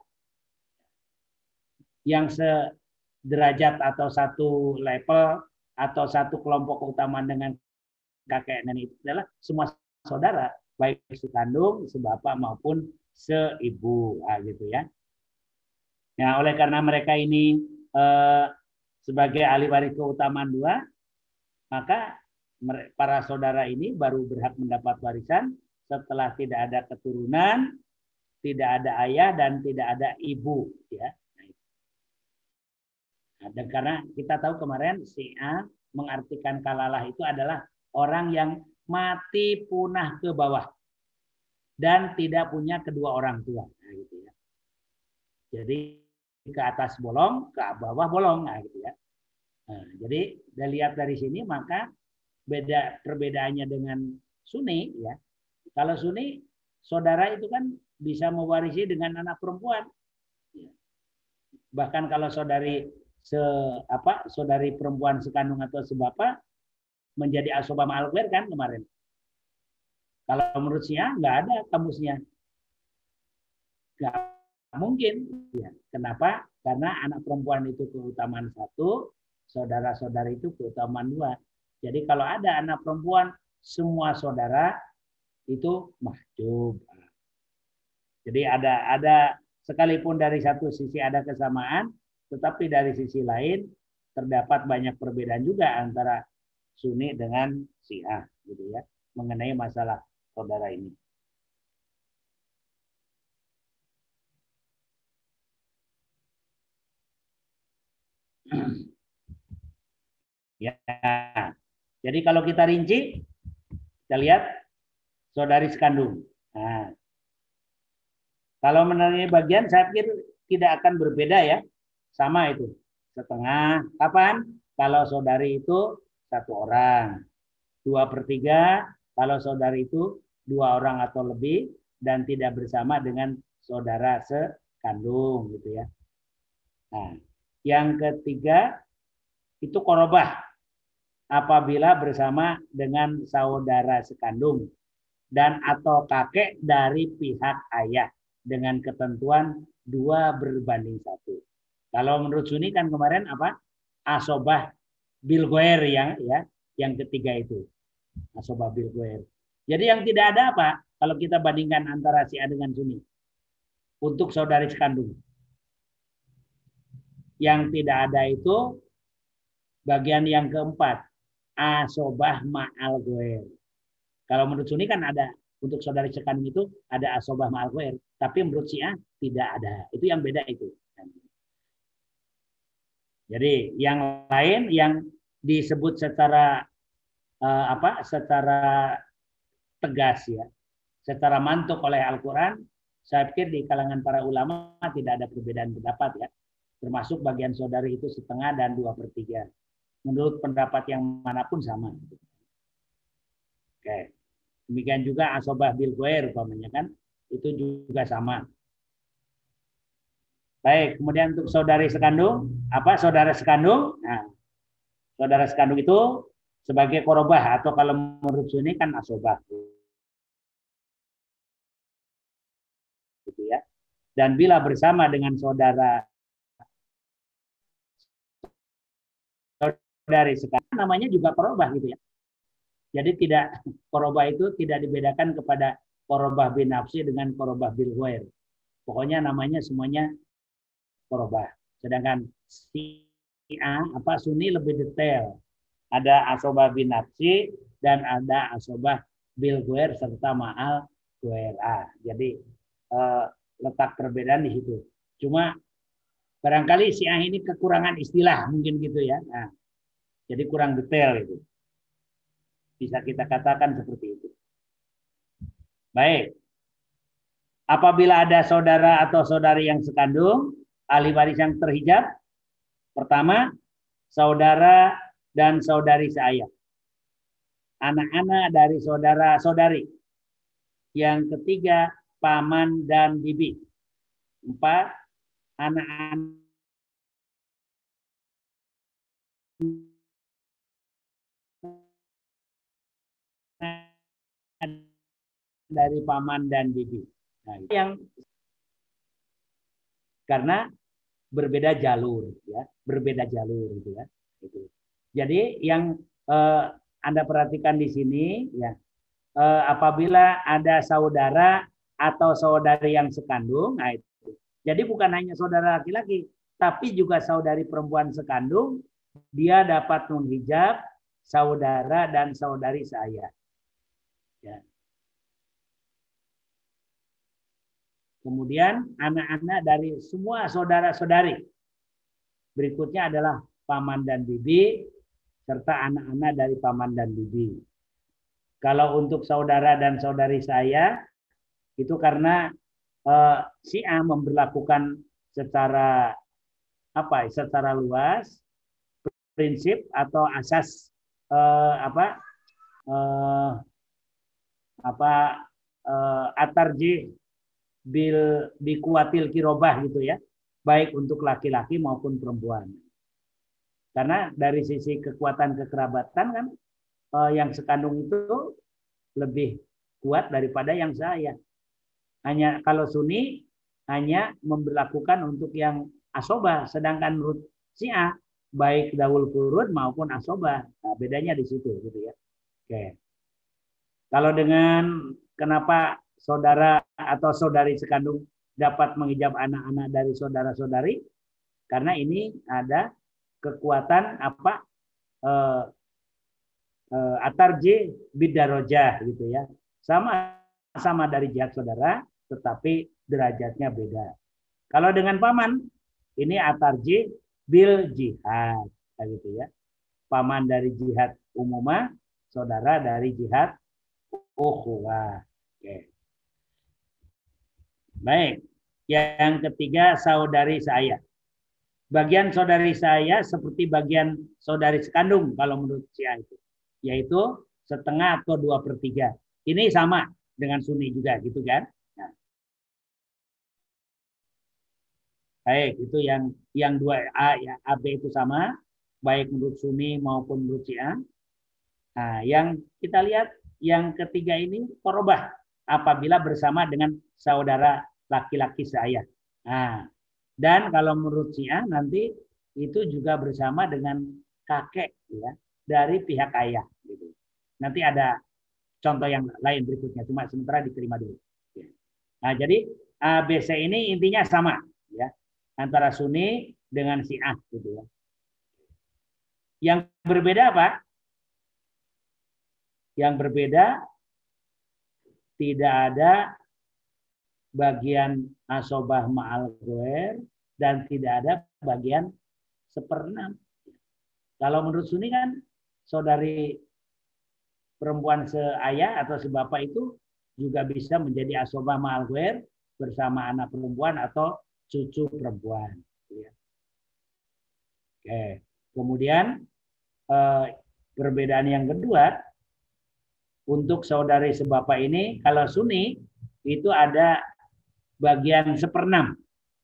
Yang sederajat atau satu level atau satu kelompok keutamaan dengan kakek nenek itu adalah semua saudara, baik sekandung, sebapak maupun seibu, nah, gitu ya. Nah, oleh karena mereka ini eh, sebagai ahli waris keutamaan dua, maka para saudara ini baru berhak mendapat warisan setelah tidak ada keturunan, tidak ada ayah dan tidak ada ibu, ya. Nah, dan karena kita tahu kemarin Syiah mengartikan kalalah itu adalah orang yang mati punah ke bawah dan tidak punya kedua orang tua. Nah, gitu ya. Jadi ke atas bolong, ke bawah bolong, nah, gitu ya. Nah, jadi dilihat dari sini maka beda perbedaannya dengan Sunni, ya. Kalau Sunni saudara itu kan bisa mewarisi dengan anak perempuan. Ya. Bahkan kalau saudari se apa saudari perempuan sekandung atau sebapak menjadi asobah ma'al ghair kan kemarin. Kalau menurut Syiah nggak ada kamusnya. Nggak mungkin. Ya. Kenapa? Karena anak perempuan itu keutamaan satu, saudara-saudari itu keutamaan dua. Jadi kalau ada anak perempuan, semua saudara itu mahjub. Jadi ada ada sekalipun dari satu sisi ada kesamaan, tetapi dari sisi lain terdapat banyak perbedaan juga antara Sunni dengan Syiah, gitu ya, mengenai masalah saudara ini. Ya, jadi kalau kita rinci, kita lihat saudari sekandung. Nah, kalau mengenai bagian, saya pikir tidak akan berbeda ya, sama itu. Setengah, kapan? Kalau saudari itu satu orang. Dua per tiga, kalau saudari itu dua orang atau lebih, dan tidak bersama dengan saudara sekandung, gitu ya. Nah, yang ketiga, itu korobah. Apabila bersama dengan saudara sekandung, dan atau kakek dari pihak ayah, dengan ketentuan dua berbanding satu. Kalau menurut Sunni kan kemarin apa? Asobah bil ghair yang ya, yang ketiga itu. Asobah bil ghair. Jadi yang tidak ada apa? Kalau kita bandingkan antara Syiah dengan Sunni. Untuk saudari sekandung. Yang tidak ada itu bagian yang keempat. Asobah ma'al ghair. Kalau menurut Sunni kan ada. Untuk saudari sekandung itu ada asobah ma'al ghair. Tapi menurut Syiah tidak ada. Itu yang beda itu. Jadi yang lain yang disebut secara uh, apa? Secara tegas ya, secara mantuk oleh Al-Qur'an, saya pikir di kalangan para ulama tidak ada perbedaan pendapat ya. Termasuk bagian saudari itu setengah dan dua per tiga. Menurut pendapat yang manapun sama. Oke. Demikian juga asobah bil ghair umpamanya kan, itu juga sama. Baik, kemudian untuk saudari sekandung, apa saudara sekandung? Nah, saudara sekandung itu sebagai korobah atau kalau menurut Sunni kan asobah, gitu ya. Dan bila bersama dengan saudara saudari sekandung, namanya juga korobah gitu ya. Jadi tidak korobah itu tidak dibedakan kepada korobah bin nafsi dengan korobah bil ghair. Pokoknya namanya semuanya korobah. Sedangkan Syiah apa Sunni lebih detail. Ada asobah bin nafsi dan ada asobah bil ghair serta ma'al ghair. Jadi eh, letak perbedaan di situ. Cuma barangkali Syiah ini kekurangan istilah mungkin gitu ya. Nah, jadi kurang detail itu. Bisa kita katakan seperti itu. Baik. Apabila ada saudara atau saudari yang sekandung, ahli waris yang terhijab, pertama, saudara dan saudari seayah. Anak-anak dari saudara-saudari. Yang ketiga, paman dan bibi. Empat, anak-anak dari paman dan bibi. Nah, yang karena berbeda jalur, ya, berbeda jalur, gitu ya. Gitu. Jadi yang eh, Anda perhatikan di sini, ya, eh, apabila ada saudara atau saudari yang sekandung, nah itu. Jadi bukan hanya saudara laki-laki, tapi juga saudari perempuan sekandung, dia dapat menghijab saudara dan saudari saya. Ya. Kemudian anak-anak dari semua saudara-saudari. Berikutnya adalah paman dan bibi, serta anak-anak dari paman dan bibi. Kalau untuk saudara dan saudari saya, itu karena eh, si A memberlakukan secara apa? Secara luas prinsip atau asas eh, apa? Eh, apa? Eh, atarjih bil bikuatil kirobah gitu ya, baik untuk laki-laki maupun perempuan. Karena dari sisi kekuatan kekerabatan kan eh, yang sekandung itu lebih kuat daripada yang saya. Hanya kalau Sunni hanya memberlakukan untuk yang asobah, sedangkan menurut Syiah baik dawul furud maupun asobah. Nah, bedanya di situ gitu ya. Oke. Kalau dengan kenapa saudara atau saudari sekandung dapat menghijab anak-anak dari saudara-saudari, karena ini ada kekuatan apa eh, eh, atarji bidarojah gitu ya, sama sama dari jihad saudara, tetapi derajatnya beda. Kalau dengan paman ini atarji bil jihad, gitu ya, paman dari jihad umumah, saudara dari jihad ukhuwah. Oke. Baik, yang ketiga saudari saya. Bagian saudari saya seperti bagian saudari sekandung kalau menurut Syiah itu, yaitu setengah atau dua per tiga. Ini sama dengan Sunni juga, gitu kan? Nah. Baik, itu yang yang dua A, ya, A B itu sama, baik menurut Sunni maupun menurut Syiah. Nah, yang kita lihat yang ketiga ini korobah apabila bersama dengan saudara laki-laki saya. Nah, dan kalau menurut Syiah nanti itu juga bersama dengan kakek ya dari pihak ayah gitu. Nanti ada contoh yang lain berikutnya, cuma sementara diterima dulu. Nah, jadi A B C ini intinya sama ya antara Sunni dengan Syiah gitu ya. Yang berbeda apa? Yang berbeda tidak ada bagian asobah ma'al goer dan tidak ada bagian seperenam. Kalau menurut Sunni kan saudari perempuan seayah atau sebapak itu juga bisa menjadi asobah ma'al goer bersama anak perempuan atau cucu perempuan. Oke. Kemudian eh, perbedaan yang kedua untuk saudari sebapak ini kalau Sunni itu ada bagian seperenam.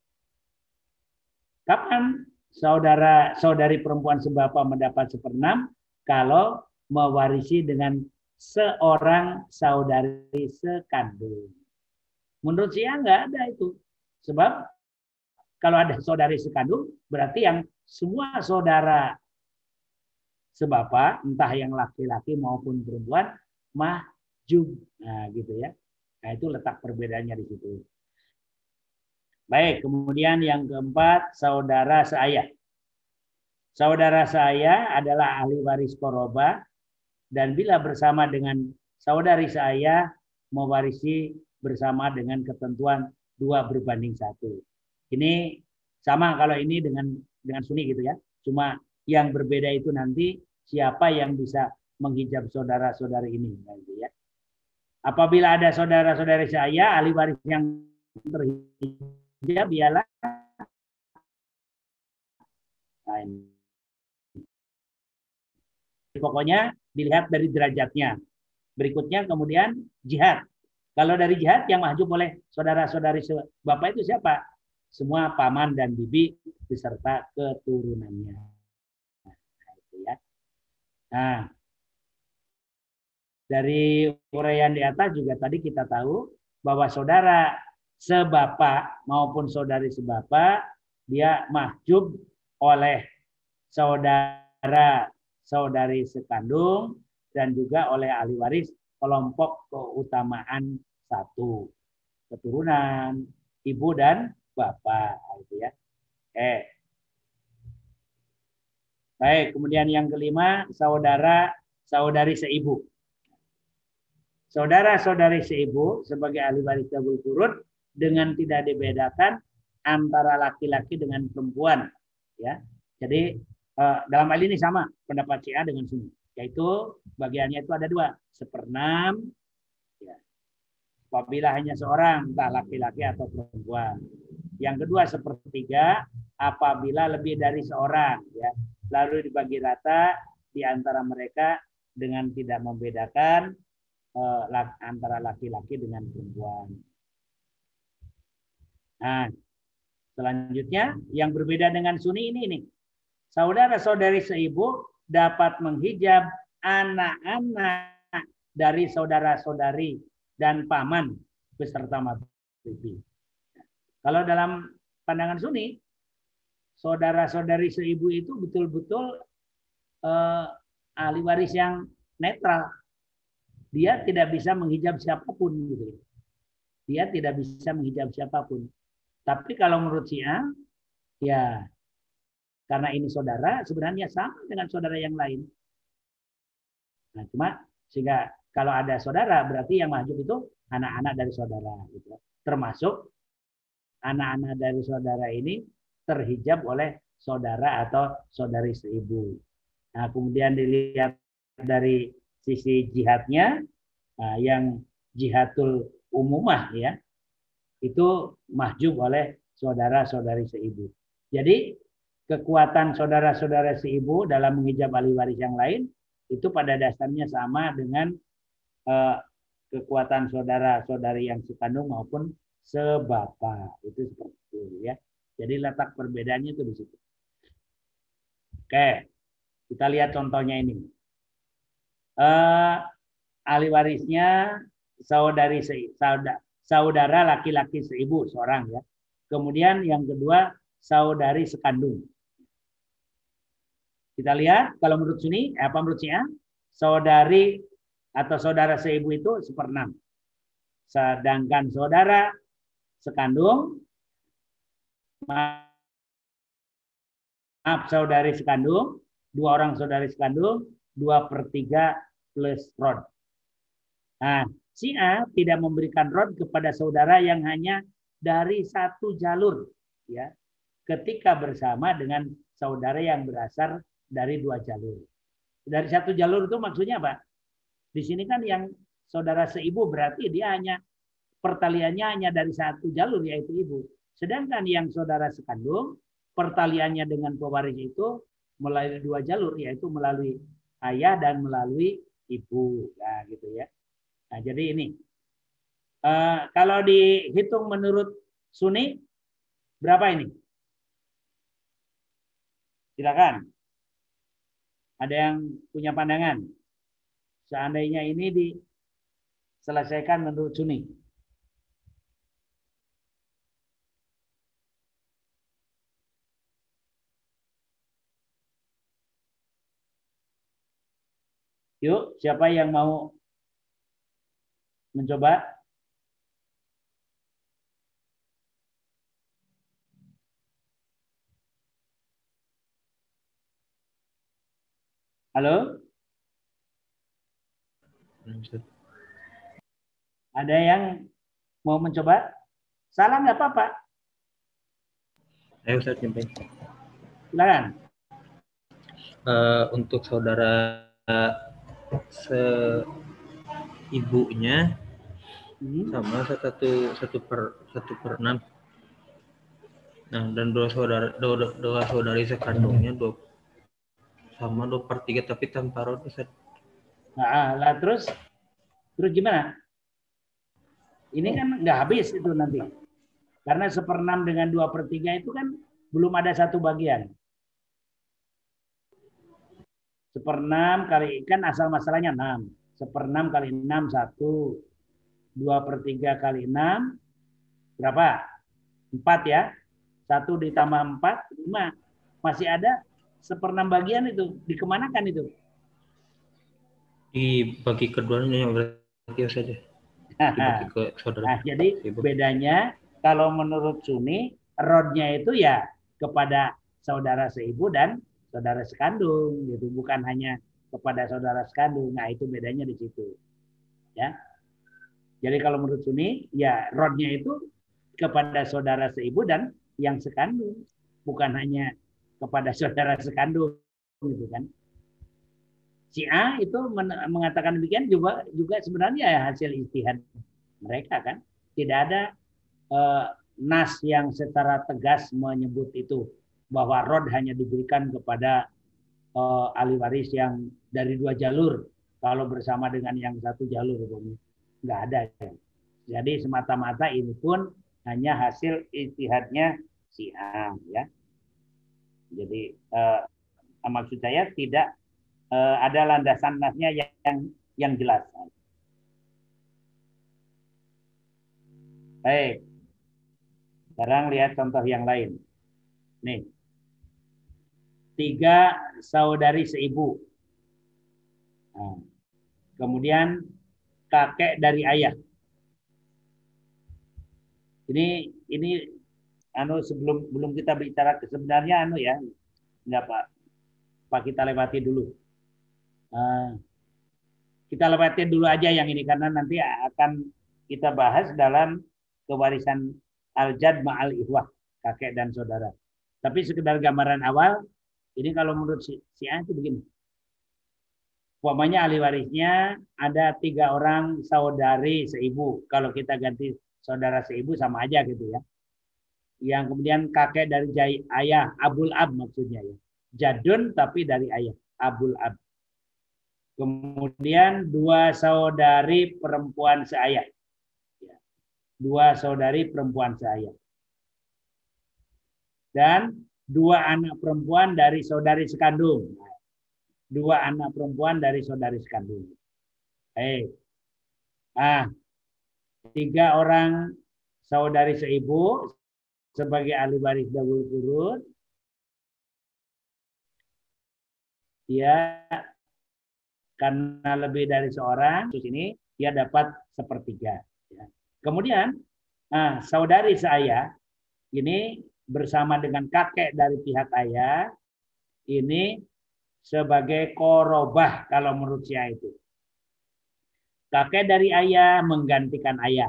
Kapan saudara saudari perempuan sebapak mendapat seperenam? Kalau mewarisi dengan seorang saudari sekandung. Menurut Syiah enggak ada itu. Sebab kalau ada saudari sekandung berarti yang semua saudara sebapak, entah yang laki-laki maupun perempuan, mahjub. Nah, gitu ya. Nah, itu letak perbedaannya di situ. Baik, kemudian yang keempat, saudara seayah. Saudara saya adalah ahli waris qoroba dan bila bersama dengan saudari saya mewarisi bersama dengan ketentuan dua berbanding satu. Ini sama kalau ini dengan dengan Sunni gitu ya. Cuma yang berbeda itu nanti siapa yang bisa menghijab saudara-saudari ini gitu ya. Apabila ada saudara-saudari saya ahli waris yang terhijab ialah nah, pokoknya dilihat dari derajatnya. Berikutnya kemudian jihad. Kalau dari jihad yang mahjub oleh saudara-saudari bapak itu siapa? Semua paman dan bibi beserta keturunannya. Nah, dari uraian di atas juga tadi kita tahu bahwa saudara sebapak maupun saudari sebapak dia mahjub oleh saudara saudari sekandung dan juga oleh ahli waris kelompok keutamaan satu, keturunan ibu dan bapak, gitu ya. Eh. Baik, kemudian yang kelima, saudara saudari seibu. Saudara-saudari seibu sebagai ahli waris tabul furud dengan tidak dibedakan antara laki-laki dengan perempuan, ya. Jadi eh, dalam hal ini sama pendapat Syiah dengan Sunni, yaitu bagiannya itu ada dua, seperenam, ya. Apabila hanya seorang, entah laki-laki atau perempuan. Yang kedua sepertiga, apabila lebih dari seorang, ya. Lalu dibagi rata di antara mereka dengan tidak membedakan eh, antara laki-laki dengan perempuan. Nah, selanjutnya yang berbeda dengan Sunni ini nih. Saudara-saudari seibu dapat menghijab anak-anak dari saudara-saudari dan paman beserta maghribi. Kalau dalam pandangan Sunni, saudara-saudari seibu itu betul-betul eh, ahli waris yang netral. Dia tidak bisa menghijab siapapun, gitu. Dia tidak bisa menghijab siapapun. Tapi kalau menurut Syiah, ya karena ini saudara, sebenarnya sama dengan saudara yang lain. Nah, cuma sehingga kalau ada saudara, berarti yang mahjub itu anak-anak dari saudara, gitu. Termasuk anak-anak dari saudara ini terhijab oleh saudara atau saudari seibu. Nah, kemudian dilihat dari sisi jihadnya, nah, yang jihadul umumah, ya, itu mahjub oleh saudara-saudari seibu. Jadi kekuatan saudara-saudara seibu dalam menghijab ahli waris yang lain itu pada dasarnya sama dengan eh, kekuatan saudara-saudari yang sekandung maupun sebapak. Itu seperti itu, ya. Jadi letak perbedaannya itu di situ. Oke, kita lihat contohnya ini. Eh, ahli warisnya saudari saudara, saudara laki-laki seibu seorang, ya. Kemudian yang kedua saudari sekandung. Kita lihat kalau menurut Sunni, apa menurut Syiah? Saudari atau saudara seibu itu seperenam. Sedangkan saudara sekandung, maaf saudari sekandung, dua orang saudari sekandung, dua per tiga plus rod. Nah, Syiah tidak memberikan rod kepada saudara yang hanya dari satu jalur, ya, ketika bersama dengan saudara yang berasal dari dua jalur. Dari satu jalur itu maksudnya apa? Di sini kan yang saudara seibu berarti dia hanya pertaliannya hanya dari satu jalur, yaitu ibu. Sedangkan yang saudara sekandung, pertaliannya dengan pewaris itu melalui dua jalur, yaitu melalui ayah dan melalui ibu. Nah, gitu ya. Nah, jadi ini. Uh, kalau dihitung menurut Sunni, berapa ini? Silakan. Ada yang punya pandangan? Seandainya ini diselesaikan menurut Sunni. Yuk, siapa yang mau mencoba? Halo? Ada yang mau mencoba? Salah nggak apa-apa. Ayo Ustaz nyampe. Silakan. Uh, untuk saudara seibunya hmm. sama satu satu per satu per enam. Nah, dan dua saudara dua, dua saudari sekandungnya dua sama dua per tiga tapi tanpa rod. Nah, lah terus terus gimana? Ini kan nggak habis itu nanti. Karena seperenam dengan dua per tiga itu kan belum ada satu bagian. Seperenam kali, kan asal masalahnya enam. Seperenam kali enam, satu. Dua per tiga kali enam, berapa? Empat ya. Satu ditambah empat, lima. Masih ada seperenam bagian itu. Dikemanakan itu? Dibagi keduanya berarti saja. Dibagi ke saudara. Nah, jadi bedanya kalau menurut Sunni, rodnya itu ya kepada saudara seibu dan saudara sekandung, gitu. Bukan hanya kepada saudara sekandung. Nah, itu bedanya di situ. Ya. Jadi kalau menurut Sunni, ya rodnya itu kepada saudara seibu dan yang sekandung, bukan hanya kepada saudara sekandung, gitu kan. Syiah itu mengatakan demikian juga juga sebenarnya ya hasil ijtihad mereka kan. Tidak ada eh, nas yang secara tegas menyebut itu bahwa rod hanya diberikan kepada eh, ahli waris yang dari dua jalur kalau bersama dengan yang satu jalur, nggak ada. Jadi semata-mata ini pun hanya hasil ijtihadnya Syiah ya. Jadi eh, maksud saya tidak eh, ada landasan nasnya yang yang jelas. Baik. Sekarang lihat contoh yang lain. Nih. Tiga saudari seibu. Nah, kemudian kakek dari ayah. Ini ini anu sebelum belum kita bicara sebenarnya anu ya. Enggak Pak. Pak kita lewati dulu. Uh, kita lewatin dulu aja yang ini karena nanti akan kita bahas dalam kewarisan al-jad ma'al ihwah, kakek dan saudara. Tapi sekedar gambaran awal, ini kalau menurut Syiah itu begini. Umpamanya ahli warisnya ada tiga orang saudari seibu. Kalau kita ganti saudara seibu sama aja gitu ya. Yang kemudian kakek dari ayah, abul ab maksudnya ya. Jadun tapi dari ayah, abul ab. Kemudian dua saudari perempuan seayah. Dua saudari perempuan seayah. Dan dua anak perempuan dari saudari sekandung. Dua anak perempuan dari saudari sekandung. Eh. Ah, tiga orang saudari seibu sebagai ahli waris dahulu kurun. Dia karena lebih dari seorang, terus ini dia dapat sepertiga. Kemudian nah, saudari seayah ini bersama dengan kakek dari pihak ayah ini sebagai korobah kalau menurut Syiah itu. Kakek dari ayah menggantikan ayah.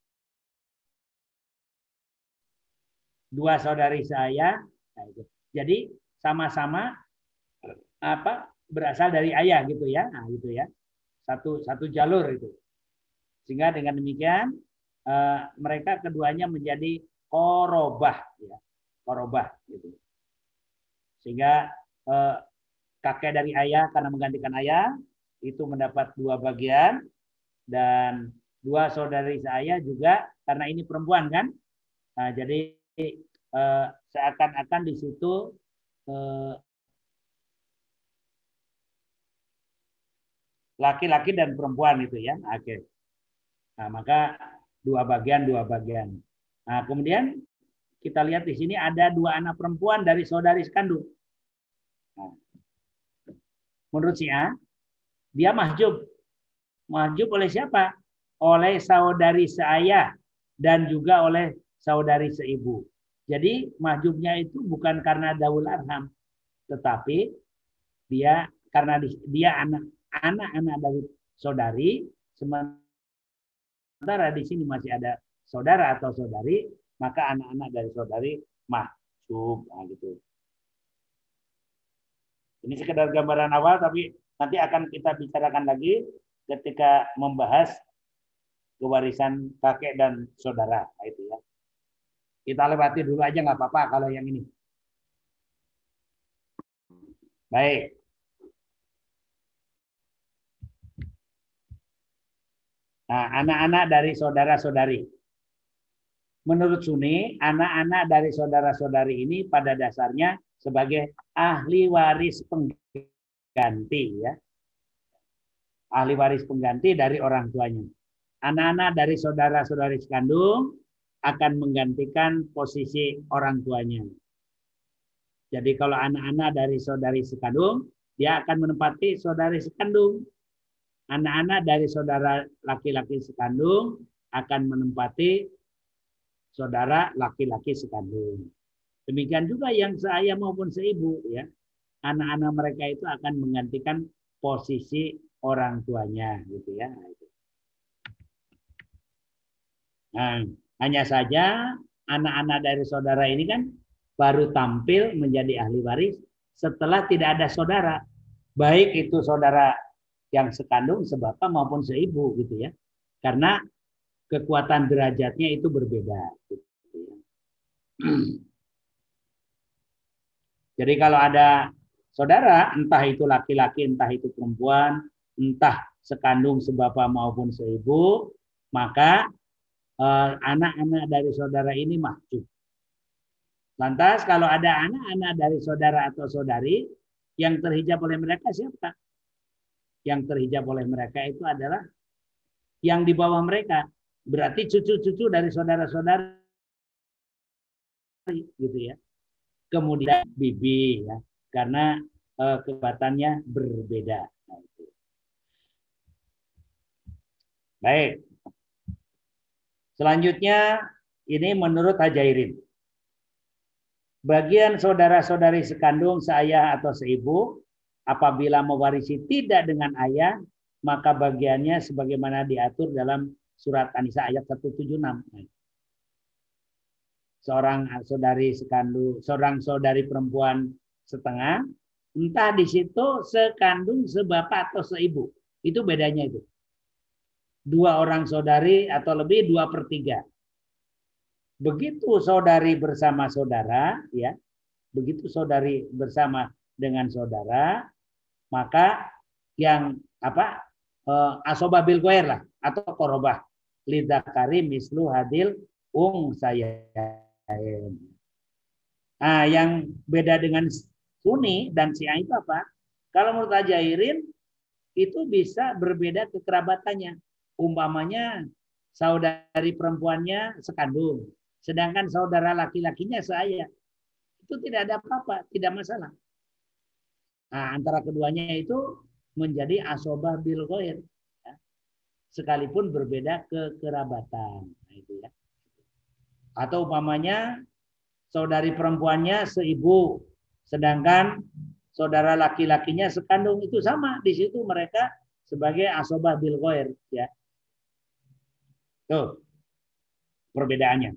Dua saudari seayah, nah itu. Jadi sama-sama apa berasal dari ayah gitu ya, nah gitu ya, satu satu jalur itu. Sehingga dengan demikian eh, mereka keduanya menjadi korobah, ya, korobah gitu. Sehingga eh, kakek dari ayah karena menggantikan ayah itu mendapat dua bagian dan dua saudari seayah juga karena ini perempuan kan, nah, jadi eh, seakan-akan di situ eh, laki-laki dan perempuan itu ya. Oke. Nah, maka dua bagian, dua bagian. Nah, kemudian kita lihat di sini ada dua anak perempuan dari saudari sekandung. Nah, menurut Syiah, dia mahjub. Mahjub oleh siapa? Oleh saudari seayah dan juga oleh saudari seibu. Jadi mahjubnya itu bukan karena daul arham, tetapi dia karena dia anak anak-anak dari saudari, sementara di sini masih ada saudara atau saudari, maka anak-anak dari saudari mahjub, nah gitu. Ini sekedar gambaran awal, tapi nanti akan kita bicarakan lagi ketika membahas kewarisan kakek dan saudara, nah, itu ya. Kita lewati dulu aja nggak apa-apa kalau yang ini. Baik. Nah, anak-anak dari saudara-saudari. Menurut Sunni, anak-anak dari saudara-saudari ini pada dasarnya sebagai ahli waris pengganti pengganti ya. Ahli waris pengganti dari orang tuanya. Anak-anak dari saudara-saudari sekandung akan menggantikan posisi orang tuanya. Jadi kalau anak-anak dari saudari sekandung, dia akan menempati saudari sekandung. Anak-anak dari saudara laki-laki sekandung akan menempati saudara laki-laki sekandung. Demikian juga yang seayah maupun seibu ya. Anak-anak mereka itu akan menggantikan posisi orang tuanya gitu ya. Nah, hanya saja anak-anak dari saudara ini kan baru tampil menjadi ahli waris setelah tidak ada saudara. Baik itu saudara yang sekandung, sebapa maupun seibu gitu ya. Karena kekuatan derajatnya itu berbeda gitu ya. Jadi kalau ada saudara, entah itu laki-laki, entah itu perempuan, entah sekandung, sebapa maupun seibu, maka anak-anak eh, dari saudara ini mahjub. Lantas kalau ada anak-anak dari saudara atau saudari yang terhijab oleh mereka siapa? Yang terhijab oleh mereka itu adalah yang di bawah mereka. Berarti cucu-cucu dari saudara-saudari gitu ya. Kemudian bibi ya, karena eh, kebatannya berbeda. Nah, itu. Baik. Selanjutnya ini menurut Hajairin. Bagian saudara-saudari sekandung, seayah atau seibu, apabila mewarisi tidak dengan ayah, maka bagiannya sebagaimana diatur dalam surat An-Nisa ayat seratus tujuh puluh enam. Seorang saudari sekandung, seorang saudari perempuan setengah, entah di situ sekandung, sebapa atau seibu. Itu bedanya itu. Dua orang saudari atau lebih dua per tiga. Begitu saudari bersama saudara, ya, begitu saudari bersama dengan saudara, maka yang apa eh, asobah bil goer lah atau korobah lidakari mislu hadil ung saya. Nah, yang beda dengan Sunni dan Syiah itu apa? Kalau menurut Hajairin itu bisa berbeda kekerabatannya. Umpamanya saudari perempuannya sekandung, sedangkan saudara laki-lakinya seayah. Itu tidak ada apa-apa, tidak masalah. Nah, antara keduanya itu menjadi asobah bil ghair. Ya. Sekalipun berbeda kekerabatan. Nah, itu ya. Atau umpamanya saudari perempuannya seibu, sedangkan saudara laki-lakinya sekandung, itu sama. Di situ mereka sebagai asobah bil ghair. Ya. Tuh, perbedaannya.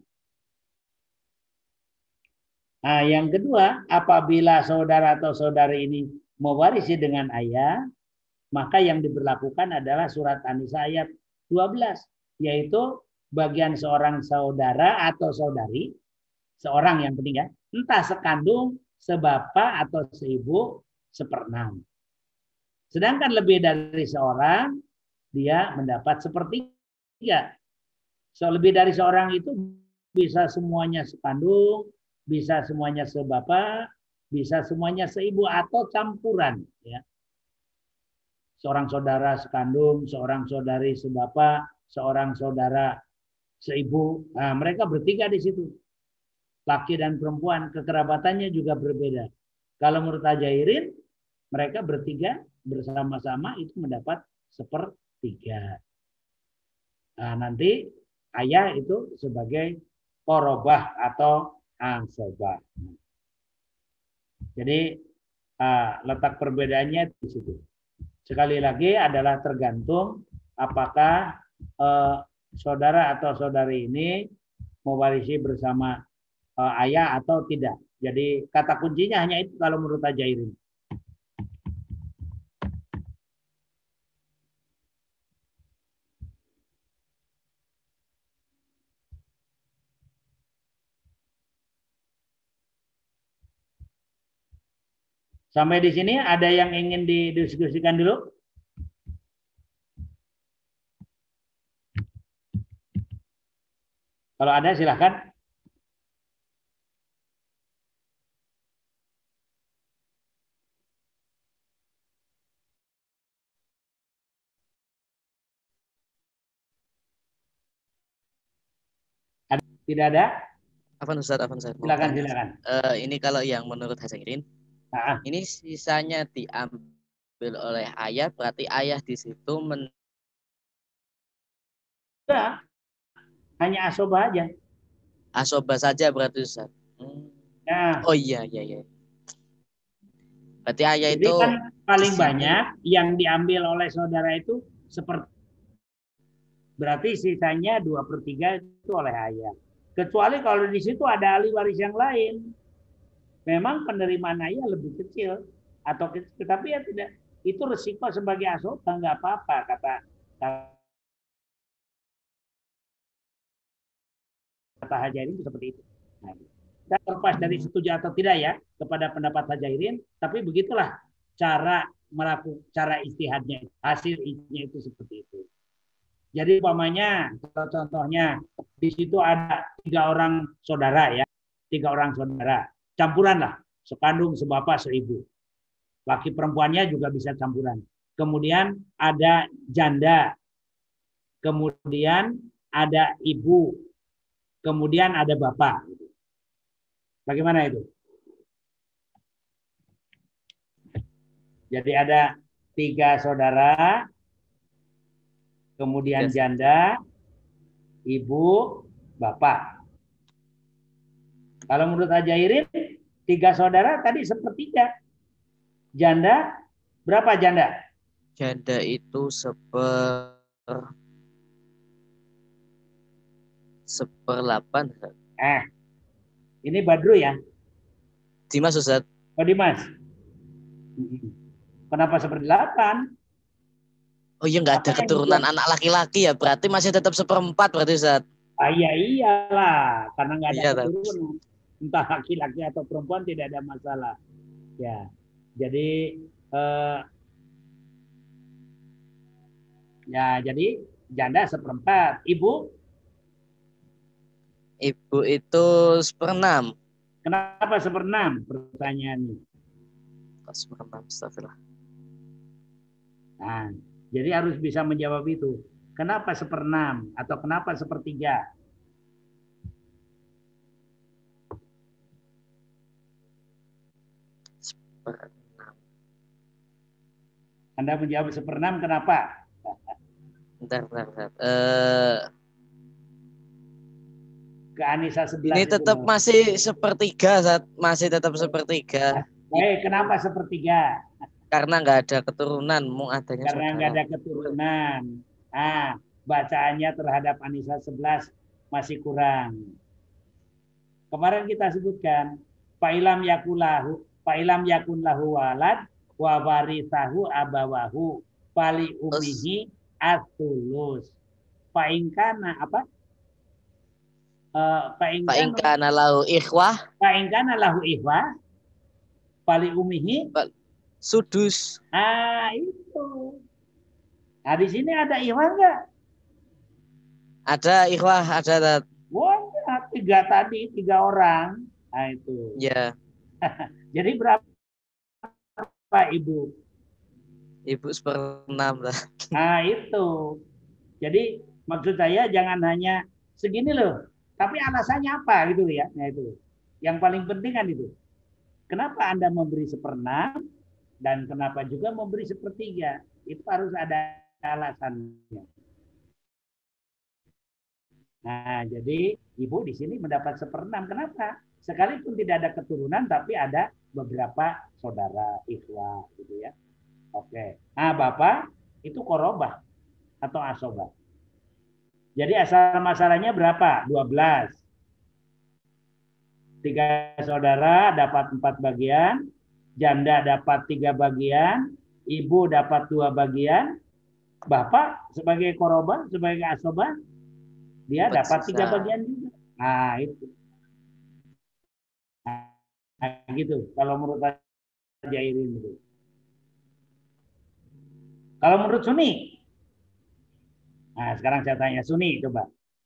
Nah, yang kedua, apabila saudara atau saudari ini mewarisi dengan ayah, maka yang diberlakukan adalah surat An-Nisa ayat dua belas, yaitu bagian seorang saudara atau saudari, seorang yang penting ya, entah sekandung, sebapa atau seibu, seperenam. Sedangkan lebih dari seorang, dia mendapat sepertiga. So, lebih dari seorang itu bisa semuanya sekandung, bisa semuanya sebapa, bisa semuanya seibu atau campuran. Ya. Seorang saudara sekandung, seorang saudari sebapa, seorang saudara seibu. Nah, mereka bertiga di situ. Laki dan perempuan, kekerabatannya juga berbeda. Kalau menurut Hajairin, mereka bertiga bersama-sama itu mendapat sepertiga. Nah, nanti ayah itu sebagai korobah atau asobah. Jadi uh, letak perbedaannya di situ. Sekali lagi adalah tergantung apakah uh, saudara atau saudari ini mewarisi bersama uh, ayah atau tidak. Jadi kata kuncinya hanya itu kalau menurut Hajairin. Sampai di sini ada yang ingin didiskusikan dulu? Kalau ada silakan. Tidak ada? Afan Ustaz, Afan Ustaz. Mau Silakan, tanya. silakan. Eh, ini kalau yang menurut Hazairin, Ah, ini sisanya diambil oleh ayah, berarti ayah di situ men enggak, hanya asobah aja. asoba saja berarti Ustaz. Hmm. Nah, Oh iya, iya, iya. Berarti ayah jadi itu kan di paling sini banyak yang diambil oleh saudara itu seperti berarti sisanya dua per tiga itu oleh ayah. Kecuali kalau di situ ada ahli waris yang lain. Memang penerimaan ayah lebih kecil atau kecil, tapi ya tidak, itu resiko sebagai asobah nggak apa-apa kata kata Hajairin itu seperti itu. Nah, kita terlepas dari setuju atau tidak ya kepada pendapat Hajairin, tapi begitulah cara melakukan cara istihadnya, hasil istihadnya itu seperti itu. Jadi umpamanya contohnya di situ ada tiga orang saudara ya, tiga orang saudara, campuran lah, sekandung, sebapak, seibu. Laki perempuannya juga bisa campuran. Kemudian ada janda, kemudian ada ibu, kemudian ada bapak. Bagaimana itu? Jadi ada tiga saudara, kemudian yes. janda, ibu, bapak. Kalau menurut Hajairin, tiga saudara tadi sepertiga. Janda, berapa janda? Janda itu seper seperlapan. Eh, ini Badru ya? Dimas Ustaz. Oh Dimas. Kenapa seperdelapan? Oh iya nggak ada keturunan anak laki-laki ya, berarti masih tetap seperempat berarti Ustaz. Ah, iya iyalah, karena nggak ada iya, keturunan. Entah laki-laki atau perempuan tidak ada masalah. Ya, jadi eh, ya jadi janda seperempat, ibu? Ibu itu seperenam. Kenapa seperenam? Pertanyaannya. Seperenam, astagfirullah. Nah, jadi harus bisa menjawab itu. Kenapa seperenam atau kenapa sepertiga? Seperenam. Anda menjawab seperenam kenapa? Bentar, bentar, bentar. Uh, Ke Anissa sebelas ini tetap itu masih sepertiga, saat masih tetap sepertiga. Baik, kenapa sepertiga? Karena nggak ada keturunan, mau adanya Karena nggak ada keturunan. Ah, bacaannya terhadap Anissa sebelas masih kurang. Kemarin kita sebutkan fa'ilam yakulahu fa'ilam yakun lahu walad wa warithahu abawahu fali umihi atulus. Fa'ingkana apa? Uh, Fa'ingkana lahu ikhwah. Fa'ingkana lahu ikhwah. Fali umihi sudus. Ah, itu. Nah, di sini ada ikhwah enggak? Ada ikhwah, ada. Wah, tiga tadi, tiga orang. Nah, itu. Ya. Jadi berapa ibu? Ibu seperenam lah. Nah, itu. Jadi maksud saya jangan hanya segini loh. Tapi alasannya apa gitu ya? Nah, itu. Yang paling penting kan itu. Kenapa Anda memberi seperenam dan kenapa juga memberi sepertiga? Itu harus ada alasannya. Nah, jadi ibu di sini mendapat seperenam. Kenapa? Sekalipun tidak ada keturunan, tapi ada beberapa saudara ikhwah, gitu ya. Oke. Nah, bapak itu korobah atau asobah. Jadi asal masalahnya berapa? dua belas. Tiga saudara dapat empat bagian, janda dapat tiga bagian, ibu dapat dua bagian, bapak sebagai korobah, sebagai asobah, dia dapat tiga bagian juga. Nah, itu. Nah, gitu. Kalau menurut Hajairin itu. Kalau menurut Sunni, nah sekarang saya tanya Sunni, coba.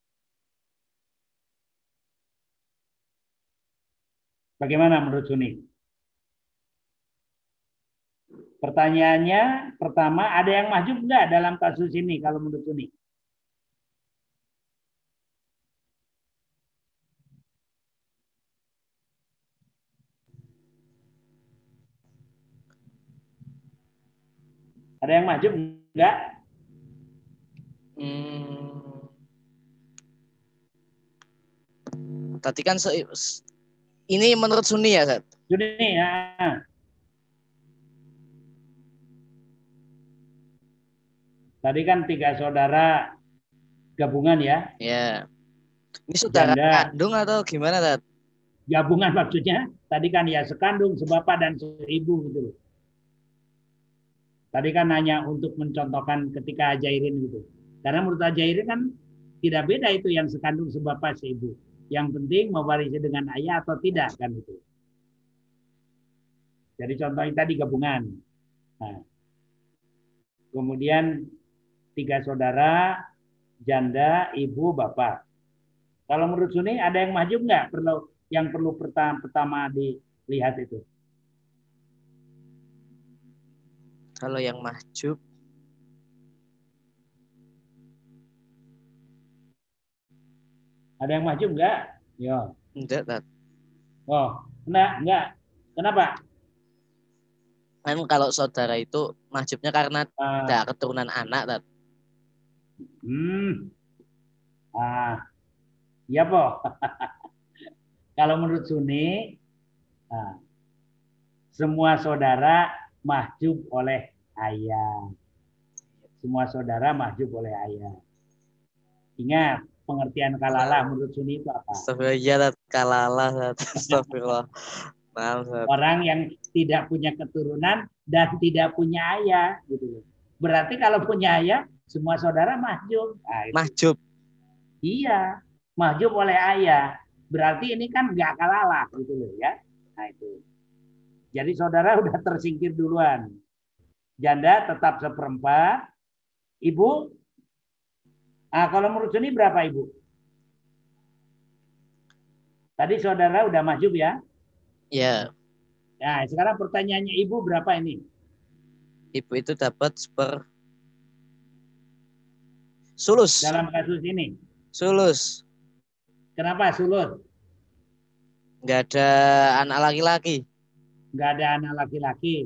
Bagaimana menurut Sunni? Pertanyaannya pertama, ada yang mahjub enggak dalam kasus ini kalau menurut Sunni? Ada yang mahjub enggak? Hmm. Tadi kan se ini menurut Sunni ya, Ustaz? Sunni ya. Tadi kan tiga saudara gabungan ya. Ya. Ini saudara Janda. kandung atau gimana, Ustaz? Gabungan maksudnya. Tadi kan ya sekandung, sebapak dan seibu gitu. Tadi kan hanya untuk mencontohkan ketika Ajairin gitu. Karena menurut Ajairin kan tidak beda itu yang sekandung, sebapak, seibu. Yang penting mewarisi dengan ayah atau tidak kan itu. Jadi contohnya tadi gabungan. Nah, kemudian tiga saudara, janda, ibu, bapak. Kalau menurut Sunni ada yang mahjub nggak? Perlu yang perlu pertama, pertama dilihat itu. Kalau yang mahjub, Ada yang mahjub nggak? Ya. enggak, Ustaz. Oh, enggak, enggak. Kenapa? Kan kalau saudara itu mahjubnya karena Ah, ada keturunan anak, Ustaz. hmm. Ah, iya, Po. Kalau menurut Sunni, nah, semua saudara mahjub oleh ayah. Semua saudara mahjub oleh ayah. Ingat, pengertian kalalah menurut Sunni itu apa? Astagfirullah, kalalah, astagfirullah. Maaf, Ustaz. Orang yang tidak punya keturunan dan tidak punya ayah, gitu. Berarti kalau punya ayah, semua saudara mahjub. Nah, itu. Mahjub. Iya, mahjub oleh ayah. Berarti ini kan nggak kalalah, gitu loh ya. Nah itu. Jadi saudara udah tersingkir duluan. Janda tetap seperempat. Ibu, ah, kalau menurut Sunni berapa ibu? Tadi saudara udah mahjub ya. Ya, Nah, sekarang pertanyaannya ibu berapa ini? ibu itu dapat seper sulus. Dalam kasus ini. Sulus. Kenapa sulus? Nggak ada anak laki-laki. Nggak ada anak laki-laki.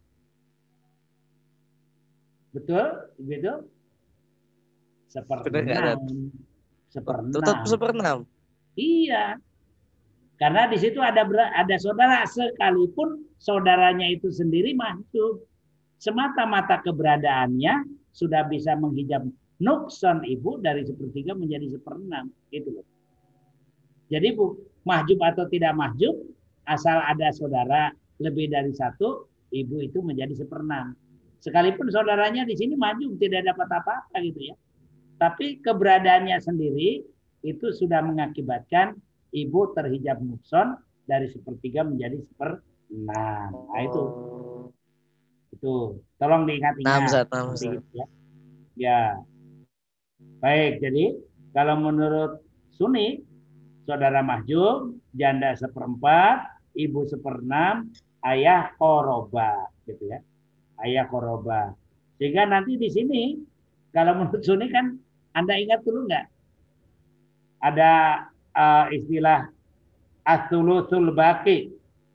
Betul? Begitu? Bener nggak, Dad? Seperenam. Tetap Seperenam. seperenam. Iya. Karena di situ ada ada saudara, sekalipun saudaranya itu sendiri mahjub. Semata-mata keberadaannya sudah bisa menghijab nukson ibu dari sepertiga menjadi seperenam. Gitu loh. Jadi bu, mahjub atau tidak mahjub, asal ada saudara lebih dari satu, ibu itu menjadi seperenam. Sekalipun saudaranya di sini mahjub, tidak dapat apa-apa gitu ya. Tapi keberadaannya sendiri itu sudah mengakibatkan ibu terhijab nukson dari sepertiga menjadi seperenam. Nah itu. Itu. Tolong diingat-ingat. Enam, Zat, enam, Ya. Ya. Baik, jadi kalau menurut Sunni, saudara mahjub, janda seperempat, ibu seperenam, ayah koroba, gitu ya. Ayah koroba. Sehingga nanti di sini, kalau menurut Sunni kan, Anda ingat dulu nggak? Ada uh, istilah as-sulusul baqi.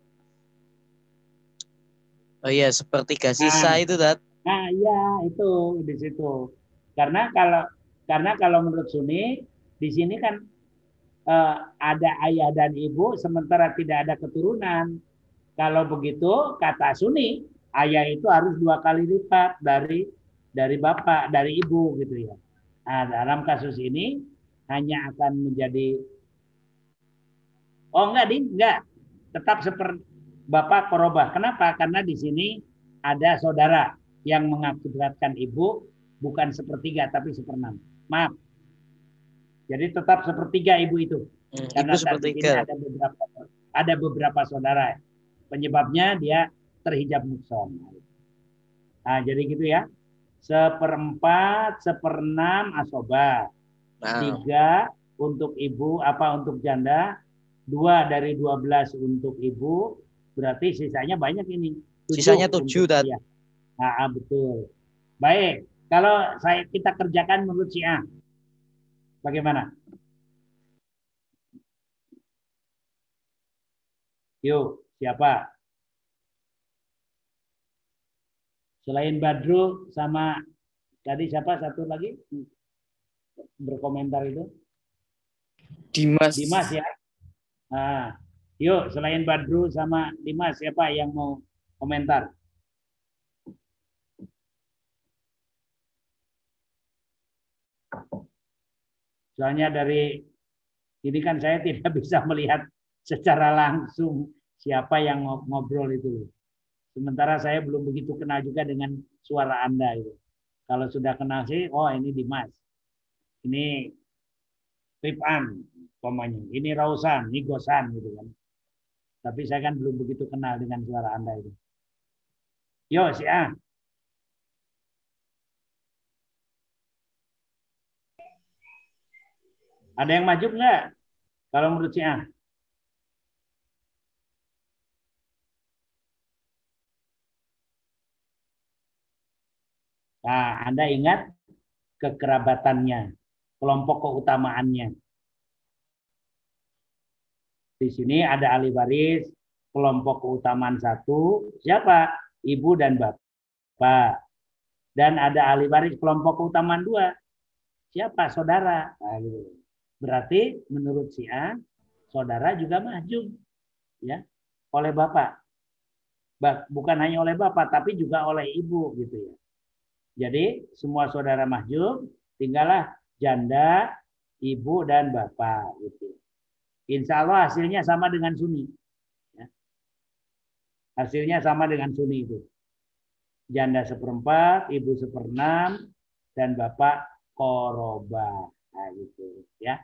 Oh iya, sepertiga sisa Nah, itu, Dad. Nah, iya itu di situ. Karena kalau karena kalau menurut Sunni di sini kan eh, ada ayah dan ibu sementara tidak ada keturunan. Kalau begitu kata Sunni, ayah itu harus dua kali lipat dari dari bapak, dari ibu gitu ya. Nah, dalam kasus ini hanya akan menjadi oh enggak, Din, enggak. Tetap seperti bapak korobah. Kenapa? Karena di sini ada saudara yang mengakibatkan ibu bukan sepertiga tapi seperenam. Maaf. Jadi tetap sepertiga ibu itu. Hmm, Karena ibu tadi ini sepertiga. ada beberapa ada beberapa saudara. Penyebabnya dia terhijab nukson. Nah, jadi gitu ya. Seperempat, seperenam asoba. Nah, Tiga untuk ibu, apa untuk janda. Dua dari dua belas untuk ibu. Berarti sisanya banyak ini. Tujuh sisanya tujuh, untuk Dad. ayah. Nah, betul. Baik, kalau saya kita kerjakan menurut Syiah, bagaimana? Yuk, siapa? Selain Badru sama tadi siapa satu lagi berkomentar itu? Dimas. Dimas ya. Nah, yuk selain Badru sama Dimas siapa yang mau komentar? Soalnya dari ini kan saya tidak bisa melihat secara langsung siapa yang ngobrol itu. Sementara saya belum begitu kenal juga dengan suara Anda itu. Kalau sudah kenal sih, oh ini Dimas. Ini Rifan, umpamanya. Ini Rausan, ini Gosan gitu kan. Tapi saya kan belum begitu kenal dengan suara Anda itu. Yo, si A. Ada yang maju nggak? Kalau menurut si A. Nah, Anda ingat kekerabatannya, kelompok keutamaannya. Di sini ada ahli waris, kelompok keutamaan satu, siapa? Ibu dan bapak. Dan ada ahli waris kelompok keutamaan dua, siapa? Saudara. Nah, gitu. Berarti menurut si A, saudara juga mahjub, ya, oleh bapak. Bukan hanya oleh bapak, tapi juga oleh ibu, gitu ya. Jadi semua saudara mahjub, tinggallah janda, ibu dan bapak, gitu. Insya Allah hasilnya sama dengan Sunni. Ya. Hasilnya sama dengan Sunni itu. Janda seperempat, ibu seperenam, dan bapak koroba. Nah, gitu ya.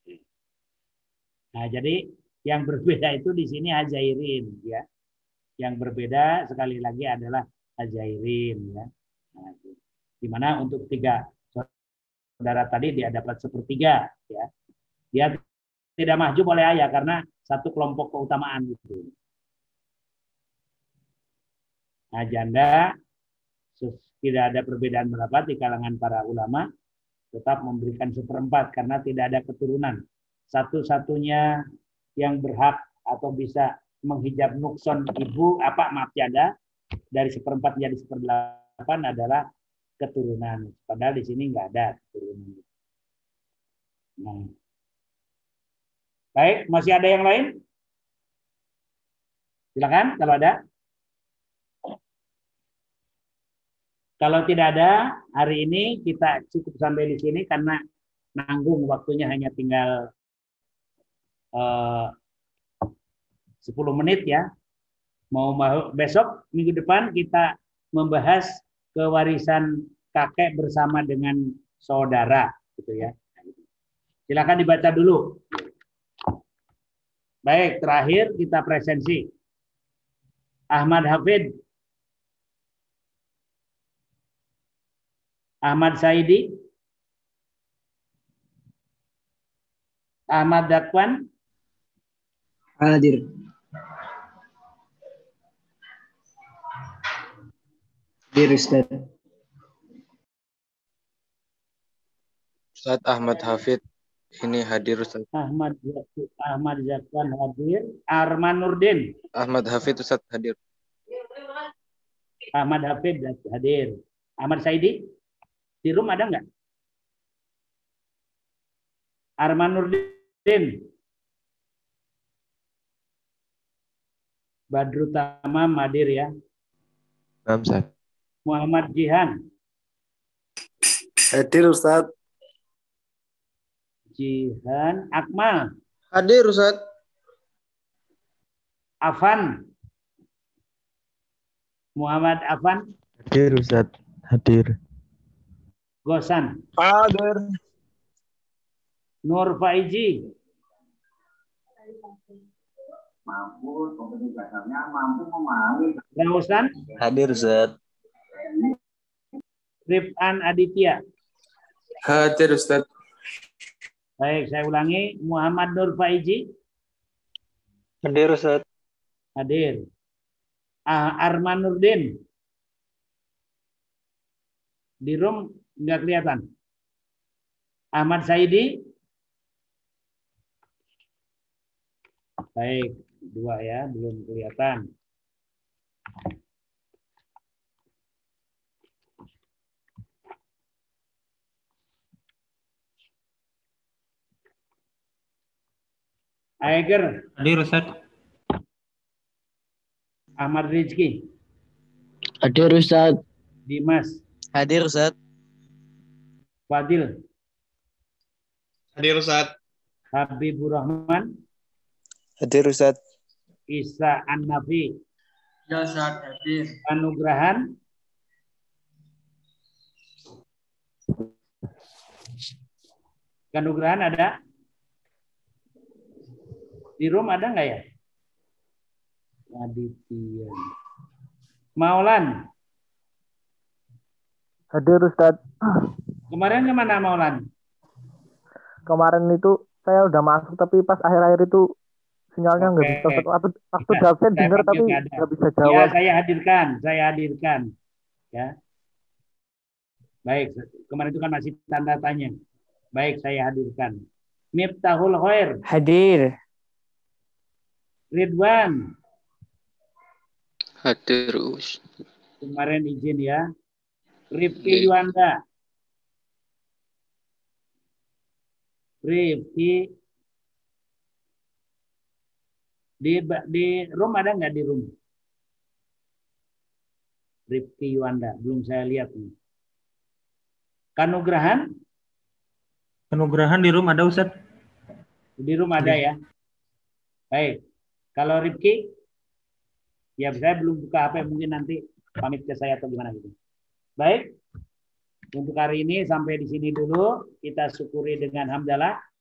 Nah, jadi yang berbeda itu di sini hajairin, ya. Yang berbeda sekali lagi adalah hajairin, ya. Nah, di mana untuk tiga saudara tadi dia dapat sepertiga, ya. Dia tidak mahjub oleh ayah karena satu kelompok keutamaan gitu. Nah, janda tidak ada perbedaan pendapat di kalangan para ulama, tetap memberikan seperempat karena tidak ada keturunan. Satu-satunya yang berhak atau bisa menghijab nukson ibu apa maaf janda dari seperempat menjadi seperdelapan adalah keturunan. Padahal di sini nggak ada keturunan. Nah. Baik, masih ada yang lain? Silakan kalau ada. Kalau tidak ada, hari ini kita cukup sampai di sini karena nanggung waktunya hanya tinggal uh, sepuluh menit ya. Mau besok minggu depan kita membahas kewarisan kakek bersama dengan saudara, gitu ya. Silakan dibaca dulu. Baik, terakhir kita presensi. Ahmad Hafid. Ahmad Saidi. Ahmad Dakwan. Hadir. Hadir, Ustaz. Ustaz Ahmad Hafid ini hadir, Ustaz. Ahmad Ahmad Dakwan hadir. Arman Nurdin. Ahmad Hafid Ustaz hadir. Ahmad Hafid hadir. Ahmad Saidi. Di room ada nggak? Arman Nurdin. Badru Tamam hadir ya. Ustaz. Muhammad Jihan. Hadir Ustaz. Jihan. Akmal. Hadir Ustaz. Afan. Muhammad Afan. Hadir Ustaz. Hadir. Gosan. Hadir. Nur Faiji. Mampu, komunikasinya mampu memahami. Rausan. Hadir Ustaz. Rifan Aditya. Hadir Ustaz. Baik, saya ulangi. Muhammad Nur Faiji. Hadir Ustaz. Hadir. Ah, Arman Nurdin. Di room nggak kelihatan. Ahmad Saidi. Baik, dua ya, belum kelihatan. Aiger, Hadir Ustaz. Ahmad Rizki, Hadir Ustaz. Dimas, Hadir Ustaz. Fadil, Hadir Ustaz. Habibur Rahman, Hadir Ustaz. Isa An-Nafi, Ya Ustaz, hadir. Anugrahan, Kanugrahan ada? Di room ada nggak ya? Aditya. Maulan. Hadir Ustaz. Kemarin kemana Maulan? Kemarin itu saya udah masuk tapi pas akhir-akhir itu sinyalnya nggak bisa. Waktu, waktu Ya, absen saya dengar panggil tapi nggak ada. nggak bisa Ya, jawab. saya hadirkan, saya hadirkan. Ya. Baik, kemarin itu kan masih tanda tanya. Baik, saya hadirkan. Miftahul Khair, Hadir. Ridwan. Hadir Ustaz. Kemarin izin ya. Rifki Yuanda. Rifki. Di di room ada nggak di room? Rifki Yuanda, belum saya lihat nih. Kanugrahan? Penugrahan di room ada Ustaz. Di room ada ya. Baik. Kalau Rifki? Ya saya belum buka H P, mungkin nanti pamit ke saya atau gimana gitu. Baik. Untuk hari ini sampai di sini dulu. Kita syukuri dengan hamdalah.